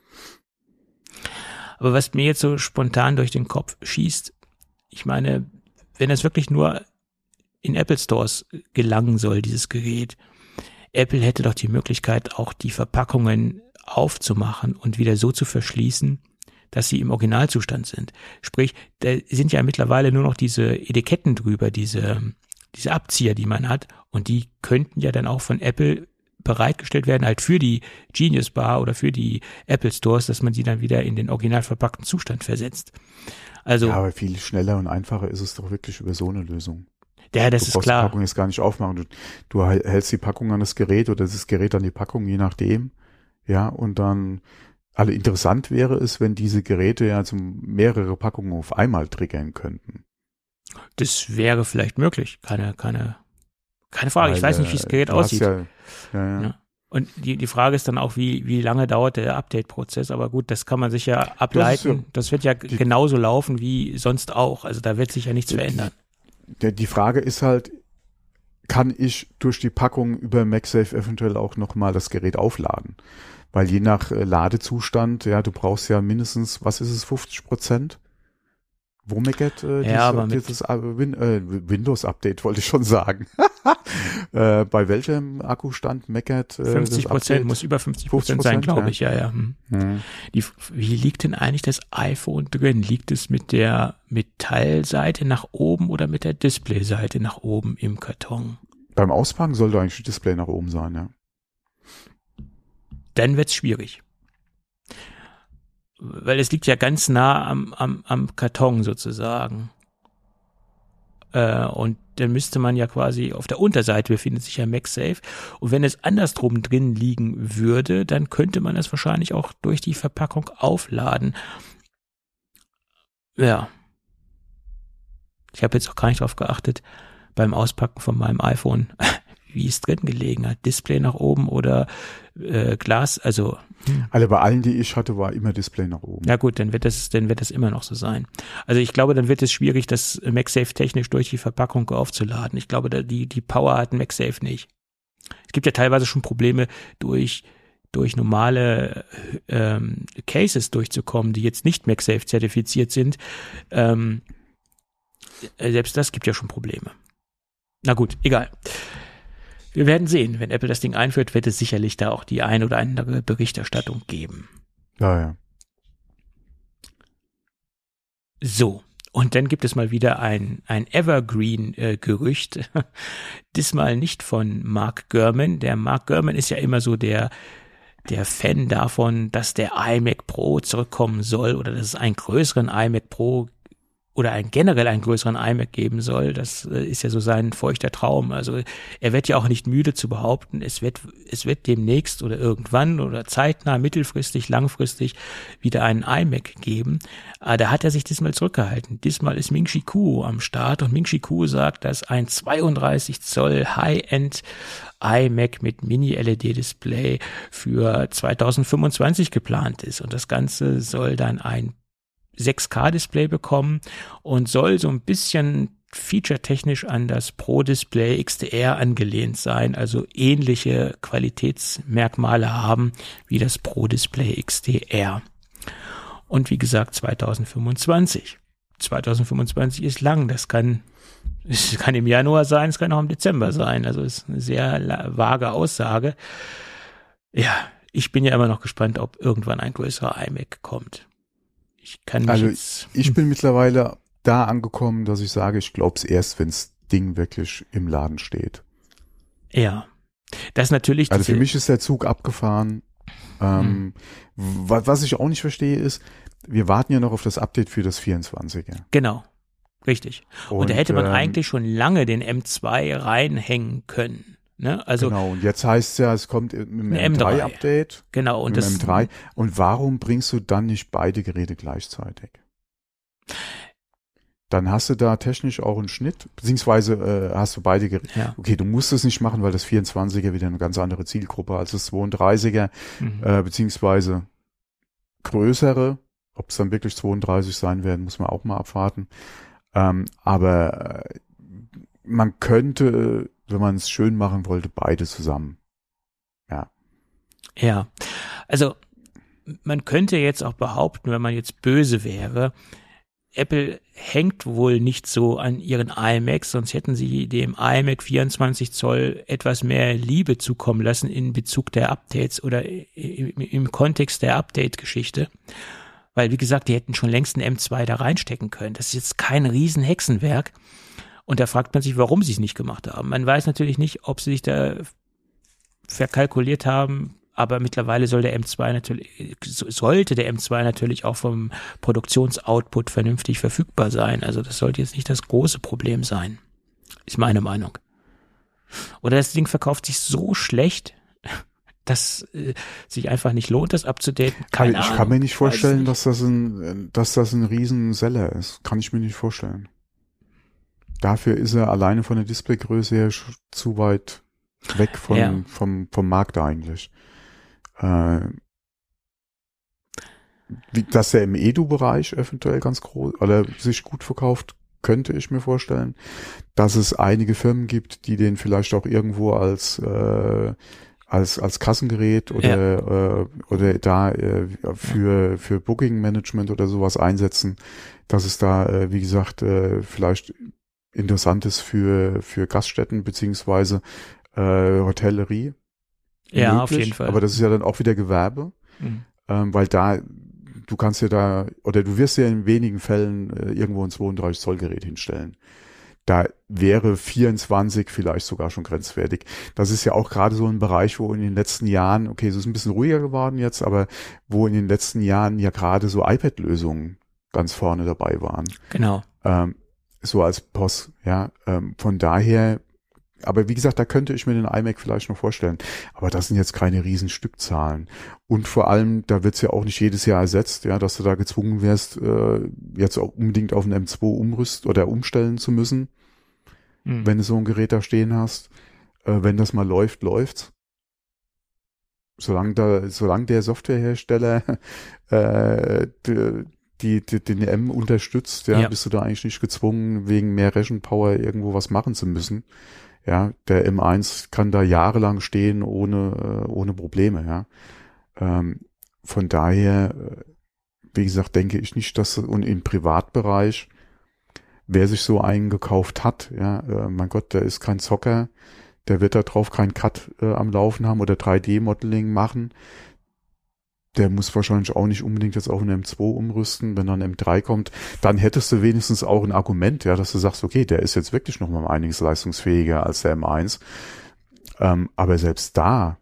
S3: Aber was mir jetzt so spontan durch den Kopf schießt, ich meine, wenn es wirklich nur in Apple Stores gelangen soll, dieses Gerät, Apple hätte doch die Möglichkeit, auch die Verpackungen aufzumachen und wieder so zu verschließen, dass sie im Originalzustand sind. Sprich, da sind ja mittlerweile nur noch diese Etiketten drüber, diese Abzieher, die man hat, und die könnten ja dann auch von Apple bereitgestellt werden, halt für die Genius Bar oder für die Apple Stores, dass man sie dann wieder in den original verpackten Zustand versetzt. Also,
S2: ja, aber viel schneller und einfacher ist es doch wirklich über so eine Lösung.
S3: Ja, das ist klar. Du brauchst die
S2: Packung jetzt gar nicht aufmachen. Du hältst die Packung an das Gerät oder das Gerät an die Packung, je nachdem. Ja, und dann, also interessant wäre es, wenn diese Geräte ja mehrere Packungen auf einmal triggern könnten.
S3: Das wäre vielleicht möglich. Keine Frage. Ich weiß nicht, wie das Gerät aussieht. Ja. Und die Frage ist dann auch, wie lange dauert der Update-Prozess? Aber gut, das kann man sich ja ableiten. Das wird ja genauso laufen wie sonst auch. Also da wird sich ja nichts verändern.
S2: Die Frage ist halt, kann ich durch die Packung über MagSafe eventuell auch nochmal das Gerät aufladen? Weil je nach Ladezustand, ja, du brauchst ja mindestens, was ist es, 50%? Womaget, dieses Windows-Update wollte ich schon sagen. Bei welchem Akkustand Maget?
S3: 50% muss über 50% sein, glaube ich, ja. Wie liegt denn eigentlich das iPhone drin? Liegt es mit der Metallseite nach oben oder mit der Displayseite nach oben im Karton?
S2: Beim Auspacken sollte eigentlich das Display nach oben sein, ja.
S3: Dann wird's schwierig. Weil es liegt ja ganz nah am Karton sozusagen. Und dann müsste man ja quasi auf der Unterseite befindet sich ja MagSafe. Und wenn es andersrum drin liegen würde, dann könnte man es wahrscheinlich auch durch die Verpackung aufladen. Ja. Ich habe jetzt auch gar nicht drauf geachtet, beim Auspacken von meinem iPhone, wie es drin gelegen hat. Display nach oben oder Glas, also.
S2: Also bei allen, die ich hatte, war immer Display nach oben.
S3: Ja gut, dann wird das immer noch so sein. Also ich glaube, dann wird es schwierig, das MagSafe technisch durch die Verpackung aufzuladen. Ich glaube, die Power hat MagSafe nicht. Es gibt ja teilweise schon Probleme, durch normale Cases durchzukommen, die jetzt nicht MagSafe zertifiziert sind. Selbst das gibt ja schon Probleme. Na gut, egal. Wir werden sehen. Wenn Apple das Ding einführt, wird es sicherlich da auch die ein oder andere Berichterstattung geben.
S2: Ja.
S3: So, und dann gibt es mal wieder ein Evergreen-Gerücht. Diesmal nicht von Mark Gurman. Der Mark Gurman ist ja immer so der Fan davon, dass der iMac Pro zurückkommen soll oder dass es einen größeren iMac Pro oder generell einen größeren iMac geben soll. Das ist ja so sein feuchter Traum. Also er wird ja auch nicht müde zu behaupten, es wird demnächst oder irgendwann oder zeitnah, mittelfristig, langfristig wieder einen iMac geben. Da hat er sich diesmal zurückgehalten. Diesmal ist Ming-Chi Kuo am Start und Ming-Chi Kuo sagt, dass ein 32 Zoll High-End iMac mit Mini-LED-Display für 2025 geplant ist. Und das Ganze soll dann ein 6K-Display bekommen und soll so ein bisschen featuretechnisch an das Pro-Display XDR angelehnt sein, also ähnliche Qualitätsmerkmale haben wie das Pro-Display XDR. Und wie gesagt, 2025. 2025 ist lang, das kann Es kann im Januar sein, es kann auch im Dezember sein. Also es ist eine sehr vage Aussage. Ja, ich bin ja immer noch gespannt, ob irgendwann ein größerer iMac kommt.
S2: Ich bin mittlerweile da angekommen, dass ich sage, ich glaube es erst, wenn das Ding wirklich im Laden steht.
S3: Ja, das natürlich.
S2: Also für mich ist der Zug abgefahren. Was ich auch nicht verstehe ist, wir warten ja noch auf das Update für das 24er.
S3: Genau, richtig. Und da hätte man eigentlich schon lange den M2 reinhängen können. Ne? Also
S2: genau, und jetzt heißt es ja, es kommt mit dem M3-Update.
S3: Genau. Und
S2: mit dem M3. Und warum bringst du dann nicht beide Geräte gleichzeitig? Dann hast du da technisch auch einen Schnitt, beziehungsweise hast du beide Geräte.
S3: Ja.
S2: Okay, du musst es nicht machen, weil das 24er wieder eine ganz andere Zielgruppe als das 32er, beziehungsweise größere. Ob es dann wirklich 32 sein werden, muss man auch mal abwarten. Aber man könnte, wenn man es schön machen wollte, beide zusammen. Ja.
S3: Ja, also man könnte jetzt auch behaupten, wenn man jetzt böse wäre, Apple hängt wohl nicht so an ihren iMacs, sonst hätten sie dem iMac 24 Zoll etwas mehr Liebe zukommen lassen in Bezug der Updates oder im Kontext der Update-Geschichte. Weil, wie gesagt, die hätten schon längst einen M2 da reinstecken können. Das ist jetzt kein Riesenhexenwerk. Und da fragt man sich, warum sie es nicht gemacht haben. Man weiß natürlich nicht, ob sie sich da verkalkuliert haben, aber mittlerweile sollte der M2 natürlich auch vom Produktionsoutput vernünftig verfügbar sein. Also das sollte jetzt nicht das große Problem sein, ist meine Meinung. Oder das Ding verkauft sich so schlecht, dass sich einfach nicht lohnt, das abzudaten.
S2: Keine Ahnung. Ich kann mir nicht vorstellen, dass das ein Riesenseller ist. Kann ich mir nicht vorstellen. Dafür ist er alleine von der Displaygröße her zu weit weg vom Markt eigentlich. Dass er im Edu-Bereich eventuell ganz groß oder sich gut verkauft, könnte ich mir vorstellen. Dass es einige Firmen gibt, die den vielleicht auch irgendwo als Kassengerät oder da für Booking Management oder sowas einsetzen, dass es da wie gesagt vielleicht interessant ist für Gaststätten beziehungsweise Hotellerie.
S3: Ja,
S2: möglich,
S3: auf jeden Fall.
S2: Aber das ist ja dann auch wieder Gewerbe, weil du kannst ja da, oder du wirst ja in wenigen Fällen irgendwo ein 32 Zoll Gerät hinstellen. Da wäre 24 vielleicht sogar schon grenzwertig. Das ist ja auch gerade so ein Bereich, wo in den letzten Jahren, okay, es ist ein bisschen ruhiger geworden jetzt, aber wo in den letzten Jahren ja gerade so iPad-Lösungen ganz vorne dabei waren.
S3: Genau.
S2: So als POS, ja. Von daher, aber wie gesagt, da könnte ich mir den iMac vielleicht noch vorstellen. Aber das sind jetzt keine riesen Stückzahlen. Und vor allem, da wird's ja auch nicht jedes Jahr ersetzt, ja, dass du da gezwungen wärst, jetzt auch unbedingt auf einen M2 umstellen zu müssen, wenn du so ein Gerät da stehen hast. Wenn das mal läuft, läuft's. Solange der Softwarehersteller den M unterstützt, ja, bist du da eigentlich nicht gezwungen, wegen mehr Rechenpower irgendwo was machen zu müssen. Ja, der M1 kann da jahrelang stehen ohne Probleme, ja. Von daher, wie gesagt, denke ich nicht, dass, und im Privatbereich, wer sich so einen gekauft hat, ja, mein Gott, der ist kein Zocker, der wird da drauf kein Cut am Laufen haben oder 3D-Modeling machen. Der muss wahrscheinlich auch nicht unbedingt jetzt auf einen M2 umrüsten. Wenn dann ein M3 kommt, dann hättest du wenigstens auch ein Argument, ja, dass du sagst, okay, der ist jetzt wirklich noch mal einiges leistungsfähiger als der M1. Aber selbst da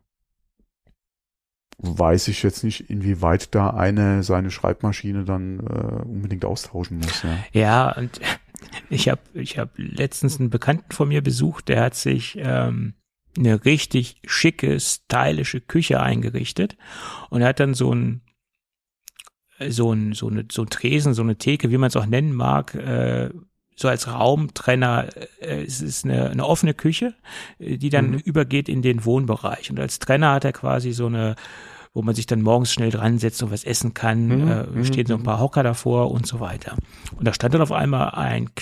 S2: weiß ich jetzt nicht, inwieweit da eine seine Schreibmaschine dann unbedingt austauschen muss.
S3: Ja, und ich hab letztens einen Bekannten von mir besucht, der hat sich eine richtig schicke, stylische Küche eingerichtet und er hat dann so ein Tresen, so eine Theke, wie man es auch nennen mag, so als Raumtrenner. Es ist eine offene Küche, die dann übergeht in den Wohnbereich, und als Trenner hat er quasi so eine, wo man sich dann morgens schnell dran setzt und was essen kann, stehen so ein paar Hocker davor und so weiter. Und da stand dann auf einmal ein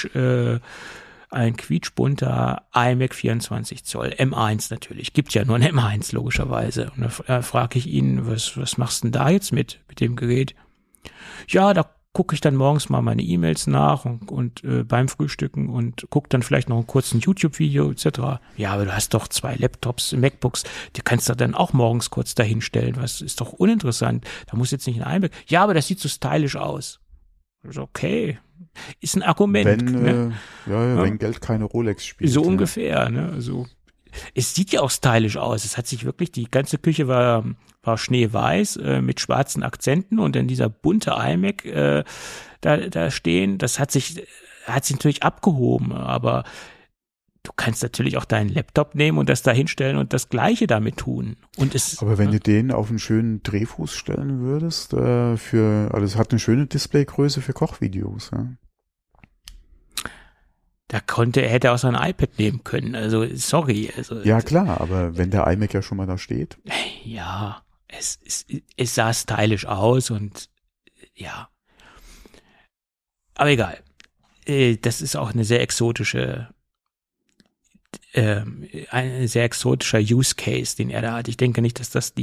S3: quietschbunter iMac 24 Zoll, M1 natürlich, gibt ja nur ein M1 logischerweise. Und da frage ich ihn, was machst du denn da jetzt mit dem Gerät? Ja, da gucke ich dann morgens mal meine E-Mails nach und beim Frühstücken und gucke dann vielleicht noch einen kurzen YouTube-Video etc. Ja, aber du hast doch 2 Laptops, MacBooks, die kannst du dann auch morgens kurz dahinstellen. Was ist doch uninteressant. Da muss jetzt nicht ein iMac. Ja, aber das sieht so stylisch aus. Also okay, ist ein Argument.
S2: Wenn Geld keine Rolex spielt.
S3: So ungefähr, ne? Also es sieht ja auch stylisch aus. Es hat sich wirklich, die ganze Küche war schneeweiß mit schwarzen Akzenten und dann dieser bunte iMac da stehen. Das hat sich natürlich abgehoben, aber du kannst natürlich auch deinen Laptop nehmen und das da hinstellen und das Gleiche damit tun.
S2: Aber wenn du den auf einen schönen Drehfuß stellen würdest, also es hat eine schöne Displaygröße für Kochvideos, ja.
S3: Er hätte auch sein iPad nehmen können, also sorry. Also,
S2: ja klar, aber wenn der iMac ja schon mal da steht.
S3: Ja, es sah stylisch aus und ja. Aber egal. Das ist auch ein sehr exotischer Use Case, den er da hat. Ich denke nicht, dass das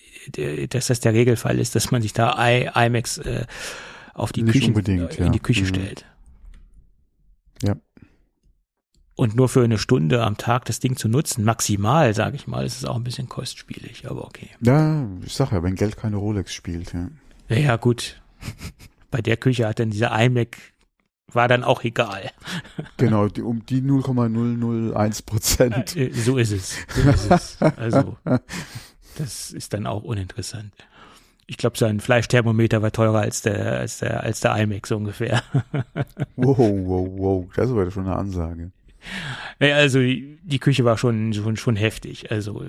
S3: der Regelfall ist, dass man sich da iMacs auf die Küche in die Küche stellt.
S2: Ja.
S3: Und nur für eine Stunde am Tag das Ding zu nutzen, maximal, sage ich mal, ist es auch ein bisschen kostspielig, aber okay.
S2: Ja, ich sag ja, wenn Geld keine Rolex spielt, ja.
S3: Ja, gut. Bei der Küche hat dann dieser iMac, war dann auch egal.
S2: Genau, um die 0,001%.
S3: So ist es. Also, das ist dann auch uninteressant. Ich glaube, sein Fleischthermometer war teurer als der iMac so ungefähr.
S2: Wow. Das war schon eine Ansage.
S3: Ja, also die Küche war schon heftig. Also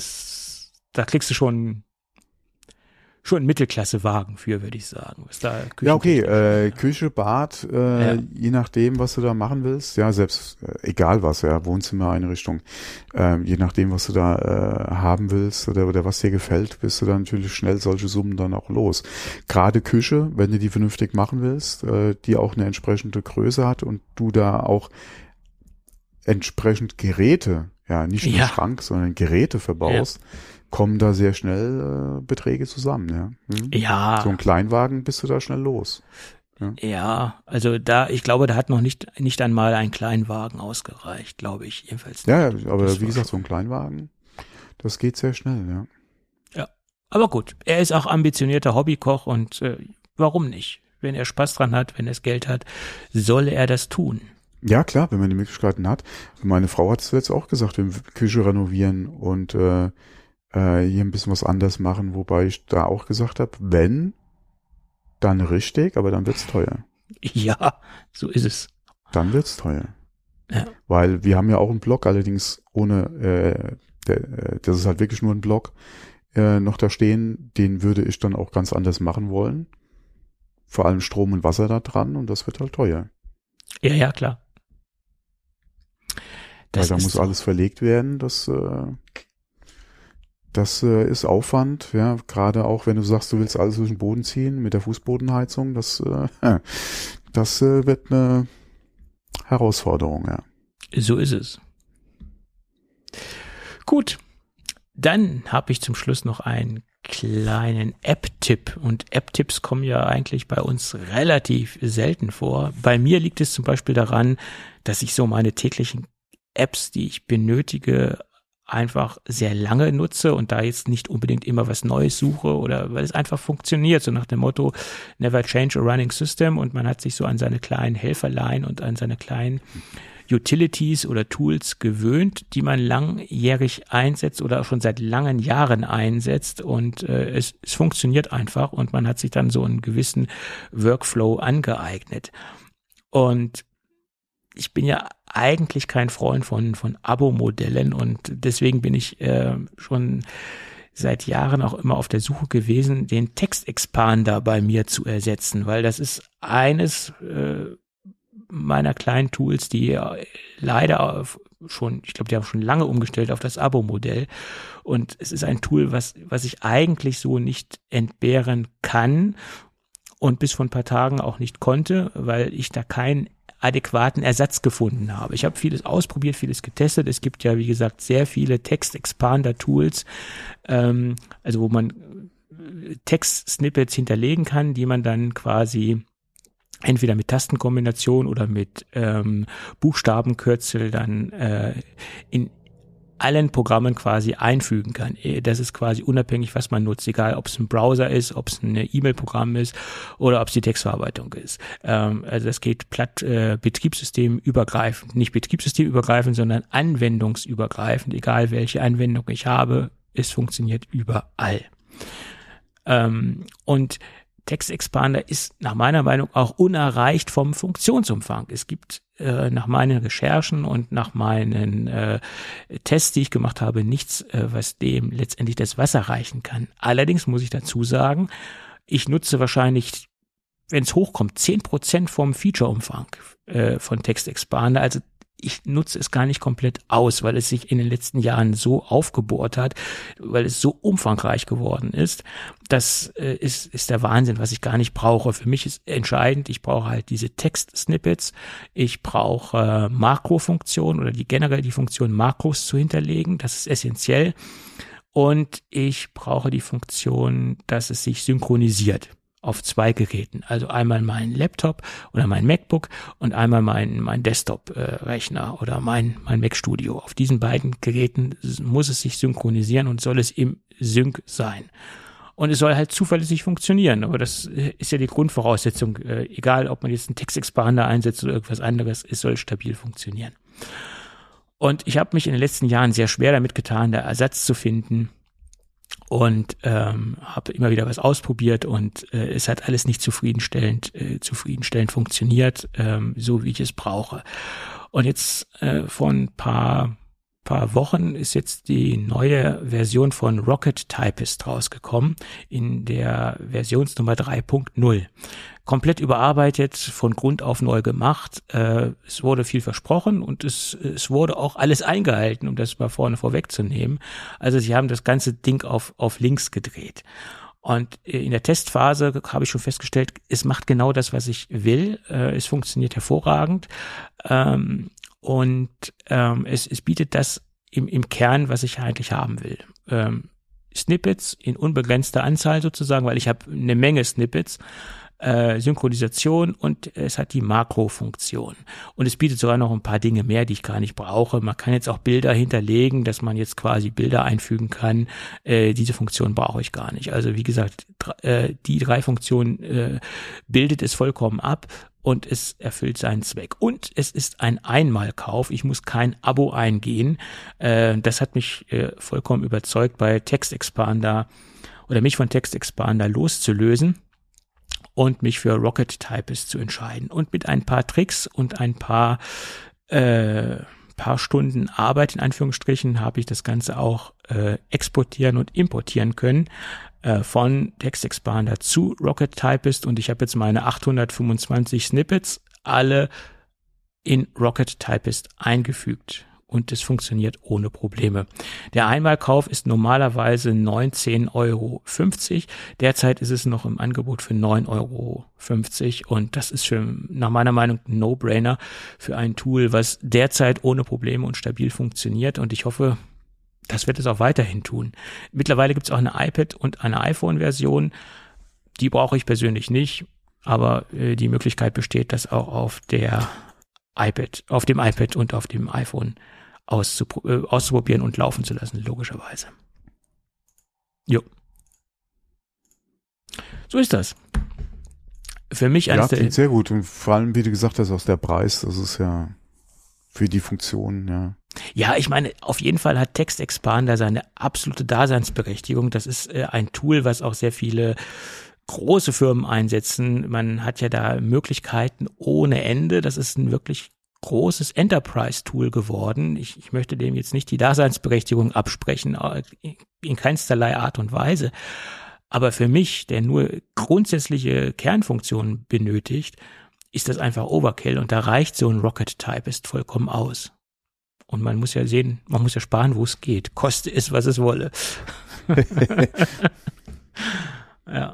S3: da kriegst du schon einen Mittelklasse-Wagen für, würde ich sagen. Was da
S2: ja, okay, Küche, Bad, je nachdem, was du da machen willst, ja, selbst, egal was, ja, Wohnzimmereinrichtung, je nachdem, was du da haben willst oder was dir gefällt, bist du dann natürlich schnell solche Summen dann auch los. Gerade Küche, wenn du die vernünftig machen willst, die auch eine entsprechende Größe hat und du da auch entsprechend Geräte, ja, nicht nur Schrank, sondern Geräte verbaust, kommen da sehr schnell Beträge zusammen, ja.
S3: Ja.
S2: So ein Kleinwagen bist du da schnell los.
S3: Ja, also ich glaube, da hat noch nicht einmal ein Kleinwagen ausgereicht, glaube ich, jedenfalls.
S2: Ja, aber wie gesagt, so ein Kleinwagen, das geht sehr schnell, ja.
S3: Ja, aber gut, er ist auch ambitionierter Hobbykoch und warum nicht? Wenn er Spaß dran hat, wenn er das Geld hat, soll er das tun.
S2: Ja, klar, wenn man die Möglichkeiten hat. Meine Frau hat es jetzt auch gesagt, wir Küche renovieren und hier ein bisschen was anders machen, wobei ich da auch gesagt habe, wenn, dann richtig, aber dann wird's teuer.
S3: Ja, so ist es.
S2: Dann wird's teuer.
S3: Ja.
S2: Weil wir haben ja auch einen Blog, allerdings ohne, das ist halt wirklich nur ein Blog, noch da stehen, den würde ich dann auch ganz anders machen wollen. Vor allem Strom und Wasser da dran und das wird halt teuer.
S3: Ja, klar.
S2: Weil da muss alles verlegt werden, das ist Aufwand, ja, gerade auch, wenn du sagst, du willst alles durch den Boden ziehen mit der Fußbodenheizung, das wird eine Herausforderung, ja.
S3: So ist es. Gut, dann habe ich zum Schluss noch einen kleinen App-Tipp und App-Tipps kommen ja eigentlich bei uns relativ selten vor. Bei mir liegt es zum Beispiel daran, dass ich so meine täglichen Apps, die ich benötige, einfach sehr lange nutze und da jetzt nicht unbedingt immer was Neues suche oder weil es einfach funktioniert, so nach dem Motto never change a running system und man hat sich so an seine kleinen Helferlein und an seine kleinen Utilities oder Tools gewöhnt, die man langjährig einsetzt oder schon seit langen Jahren einsetzt und es funktioniert einfach und man hat sich dann so einen gewissen Workflow angeeignet. Und ich bin ja eigentlich kein Freund von Abo-Modellen und deswegen bin ich schon seit Jahren auch immer auf der Suche gewesen, den Text-Expander bei mir zu ersetzen, weil das ist eines meiner kleinen Tools, die leider schon, ich glaube, die haben schon lange umgestellt auf das Abo-Modell und es ist ein Tool, was ich eigentlich so nicht entbehren kann und bis vor ein paar Tagen auch nicht konnte, weil ich da keinen adäquaten Ersatz gefunden habe. Ich habe vieles ausprobiert, vieles getestet. Es gibt ja, wie gesagt, sehr viele Text-Expander-Tools, also wo man Text-Snippets hinterlegen kann, die man dann quasi entweder mit Tastenkombination oder mit Buchstabenkürzel dann in allen Programmen quasi einfügen kann. Das ist quasi unabhängig, was man nutzt, egal ob es ein Browser ist, ob es ein E-Mail-Programm ist oder ob es die Textverarbeitung ist. Also das geht platt betriebssystemübergreifend, nicht betriebssystemübergreifend, sondern anwendungsübergreifend, egal welche Anwendung ich habe, es funktioniert überall. Und TextExpander ist nach meiner Meinung auch unerreicht vom Funktionsumfang. Es gibt nach meinen Recherchen und nach meinen Tests, die ich gemacht habe, nichts, was dem letztendlich das Wasser reichen kann. Allerdings muss ich dazu sagen, ich nutze wahrscheinlich, wenn es hochkommt, 10% vom Featureumfang von TextExpander. Also ich nutze es gar nicht komplett aus, weil es sich in den letzten Jahren so aufgebohrt hat, weil es so umfangreich geworden ist. Das ist der Wahnsinn, was ich gar nicht brauche. Für mich ist entscheidend, ich brauche halt diese Text-Snippets, ich brauche Makrofunktionen oder generell die Funktion Makros zu hinterlegen, das ist essentiell. Und ich brauche die Funktion, dass es sich synchronisiert auf 2 Geräten, also einmal mein Laptop oder mein MacBook und einmal mein Desktop-Rechner oder mein Mac Studio. Auf diesen beiden Geräten muss es sich synchronisieren und soll es im Sync sein. Und es soll halt zuverlässig funktionieren, aber das ist ja die Grundvoraussetzung, egal ob man jetzt einen TextExpander einsetzt oder irgendwas anderes, es soll stabil funktionieren. Und ich habe mich in den letzten Jahren sehr schwer damit getan, da Ersatz zu finden, und habe immer wieder was ausprobiert und es hat alles nicht zufriedenstellend funktioniert, so wie ich es brauche. Und jetzt vor ein paar Wochen ist jetzt die neue Version von Rocket Typist rausgekommen, in der Versionsnummer 3.0. Komplett überarbeitet, von Grund auf neu gemacht. Es wurde viel versprochen und es wurde auch alles eingehalten, um das mal vorwegzunehmen. Also sie haben das ganze Ding auf links gedreht. Und in der Testphase habe ich schon festgestellt, es macht genau das, was ich will. Es funktioniert hervorragend. Es bietet das im Kern, was ich eigentlich haben will. Snippets in unbegrenzter Anzahl sozusagen, weil ich habe eine Menge Snippets. Synchronisation und es hat die Makrofunktion. Und es bietet sogar noch ein paar Dinge mehr, die ich gar nicht brauche. Man kann jetzt auch Bilder hinterlegen, dass man jetzt quasi Bilder einfügen kann. Diese Funktion brauche ich gar nicht. Also wie gesagt, die 3 Funktionen bildet es vollkommen ab und es erfüllt seinen Zweck. Und es ist ein Einmalkauf. Ich muss kein Abo eingehen. Das hat mich vollkommen überzeugt, bei TextExpander oder mich von TextExpander loszulösen und mich für Rocket Typist zu entscheiden. Und mit ein paar Tricks und ein paar Stunden Arbeit in Anführungsstrichen habe ich das Ganze auch exportieren und importieren können von TextExpander zu Rocket Typist. Und ich habe jetzt meine 825 Snippets alle in Rocket Typist eingefügt. Und es funktioniert ohne Probleme. Der Einmalkauf ist normalerweise 19,50 Euro. Derzeit ist es noch im Angebot für 9,50 Euro. Und das ist nach meiner Meinung ein No-Brainer für ein Tool, was derzeit ohne Probleme und stabil funktioniert. Und ich hoffe, das wird es auch weiterhin tun. Mittlerweile gibt es auch eine iPad- und eine iPhone-Version. Die brauche ich persönlich nicht. Aber die Möglichkeit besteht, das auch auf dem iPad und auf dem iPhone auszuprobieren und laufen zu lassen, logischerweise. Jo. So ist das. Für mich
S2: eines klingt sehr gut. Und vor allem, wie du gesagt hast, aus der Preis, das ist ja für die Funktion, ja.
S3: Ja, ich meine, auf jeden Fall hat TextExpander seine absolute Daseinsberechtigung. Das ist ein Tool, was auch sehr viele große Firmen einsetzen. Man hat ja da Möglichkeiten ohne Ende. Das ist ein wirklich großes Enterprise-Tool geworden. Ich möchte dem jetzt nicht die Daseinsberechtigung absprechen, in keinsterlei Art und Weise. Aber für mich, der nur grundsätzliche Kernfunktionen benötigt, ist das einfach Overkill und da reicht so ein Rocket Typist vollkommen aus. Und man muss ja sehen, man muss ja sparen, wo es geht. Koste es, was es wolle. Ja.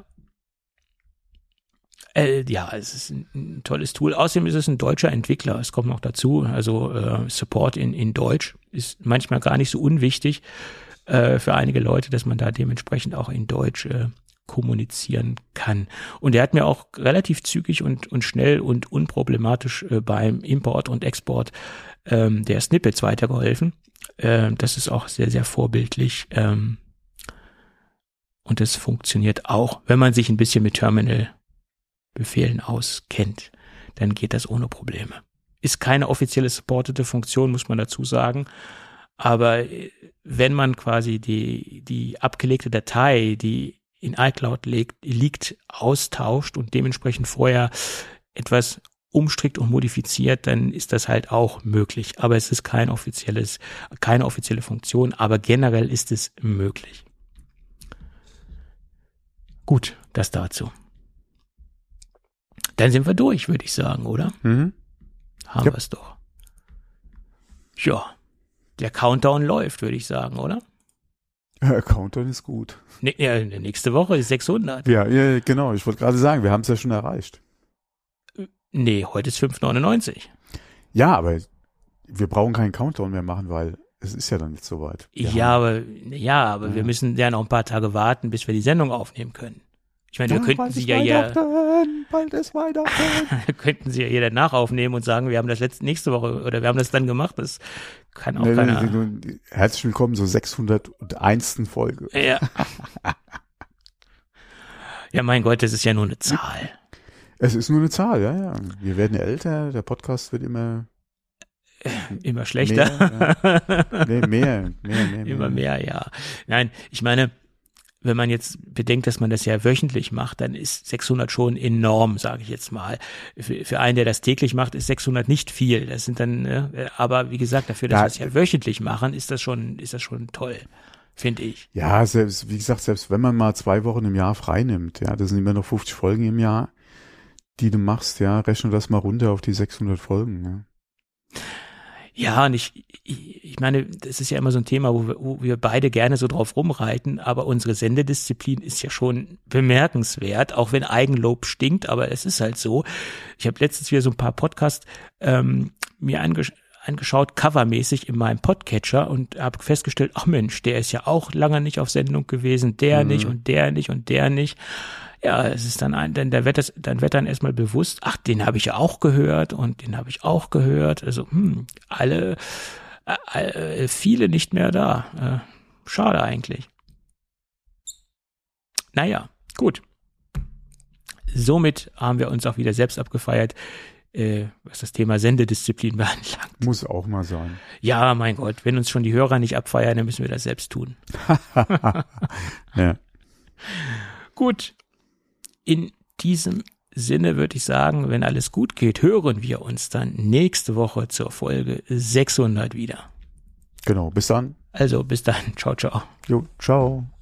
S3: Ja, es ist ein tolles Tool. Außerdem ist es ein deutscher Entwickler. Es kommt noch dazu. Also Support in Deutsch ist manchmal gar nicht so unwichtig für einige Leute, dass man da dementsprechend auch in Deutsch kommunizieren kann. Und er hat mir auch relativ zügig und schnell und unproblematisch beim Import und Export der Snippets weitergeholfen. Das ist auch sehr, sehr vorbildlich. Und es funktioniert auch, wenn man sich ein bisschen mit Terminal-Befehlen auskennt. Dann geht das ohne Probleme. Ist keine offizielle supportete Funktion, muss man dazu sagen. Aber wenn man quasi die abgelegte Datei, die in iCloud liegt, austauscht und dementsprechend vorher etwas umstrickt und modifiziert, dann ist das halt auch möglich. Aber es ist keine offizielle Funktion, aber generell ist es möglich. Gut, das dazu. Dann sind wir durch, würde ich sagen, oder?
S2: Mhm.
S3: Haben wir es doch. Ja, der Countdown läuft, würde ich sagen, oder?
S2: Countdown ist gut.
S3: Nächste Woche ist 600.
S2: Ja, genau. Ich wollte gerade sagen, wir haben es ja schon erreicht.
S3: Nee, heute ist 599.
S2: Ja, aber wir brauchen keinen Countdown mehr machen, weil es ist ja dann nicht so weit.
S3: Aber wir müssen ja noch ein paar Tage warten, bis wir die Sendung aufnehmen können. Ich meine, wir könnten sie ja
S2: bald ist Weihnachten.
S3: könnten sie ja hier danach aufnehmen und sagen, wir haben das nächste Woche oder wir haben das dann gemacht. Das kann auch keiner.
S2: Herzlich willkommen zur 601. Folge.
S3: Ja. Ja, mein Gott, das ist ja nur eine Zahl.
S2: Es ist nur eine Zahl, ja. Wir werden älter, der Podcast wird immer
S3: schlechter.
S2: Mehr.
S3: Immer mehr, ja. Nein, ich meine, wenn man jetzt bedenkt, dass man das ja wöchentlich macht, dann ist 600 schon enorm, sage ich jetzt mal. Für einen, der das täglich macht, ist 600 nicht viel. Das sind dann, aber wie gesagt, dafür, dass wir es ja wöchentlich machen, ist das schon toll, finde ich.
S2: Ja, selbst wenn man mal 2 Wochen im Jahr frei nimmt, ja, das sind immer noch 50 Folgen im Jahr, die du machst, ja, rechne das mal runter auf die 600 Folgen, ja.
S3: Ja, und ich meine, das ist ja immer so ein Thema, wo wir beide gerne so drauf rumreiten, aber unsere Sendedisziplin ist ja schon bemerkenswert, auch wenn Eigenlob stinkt, aber es ist halt so. Ich habe letztens wieder so ein paar Podcasts mir angeschaut, covermäßig in meinem Podcatcher und habe festgestellt, ach Mensch, der ist ja auch lange nicht auf Sendung gewesen, der nicht und der nicht und der nicht. Ja, es ist dann dann wird dann erstmal bewusst, ach, den habe ich ja auch gehört und den habe ich auch gehört. Also, viele nicht mehr da. Schade eigentlich. Naja, gut. Somit haben wir uns auch wieder selbst abgefeiert, was das Thema Sendedisziplin beanlangt.
S2: Muss auch mal sein.
S3: Ja, mein Gott, wenn uns schon die Hörer nicht abfeiern, dann müssen wir das selbst tun.
S2: Ja.
S3: Gut. In diesem Sinne würde ich sagen, wenn alles gut geht, hören wir uns dann nächste Woche zur Folge 600 wieder.
S2: Genau, bis dann.
S3: Also bis dann. Ciao, ciao.
S2: Jo, ciao.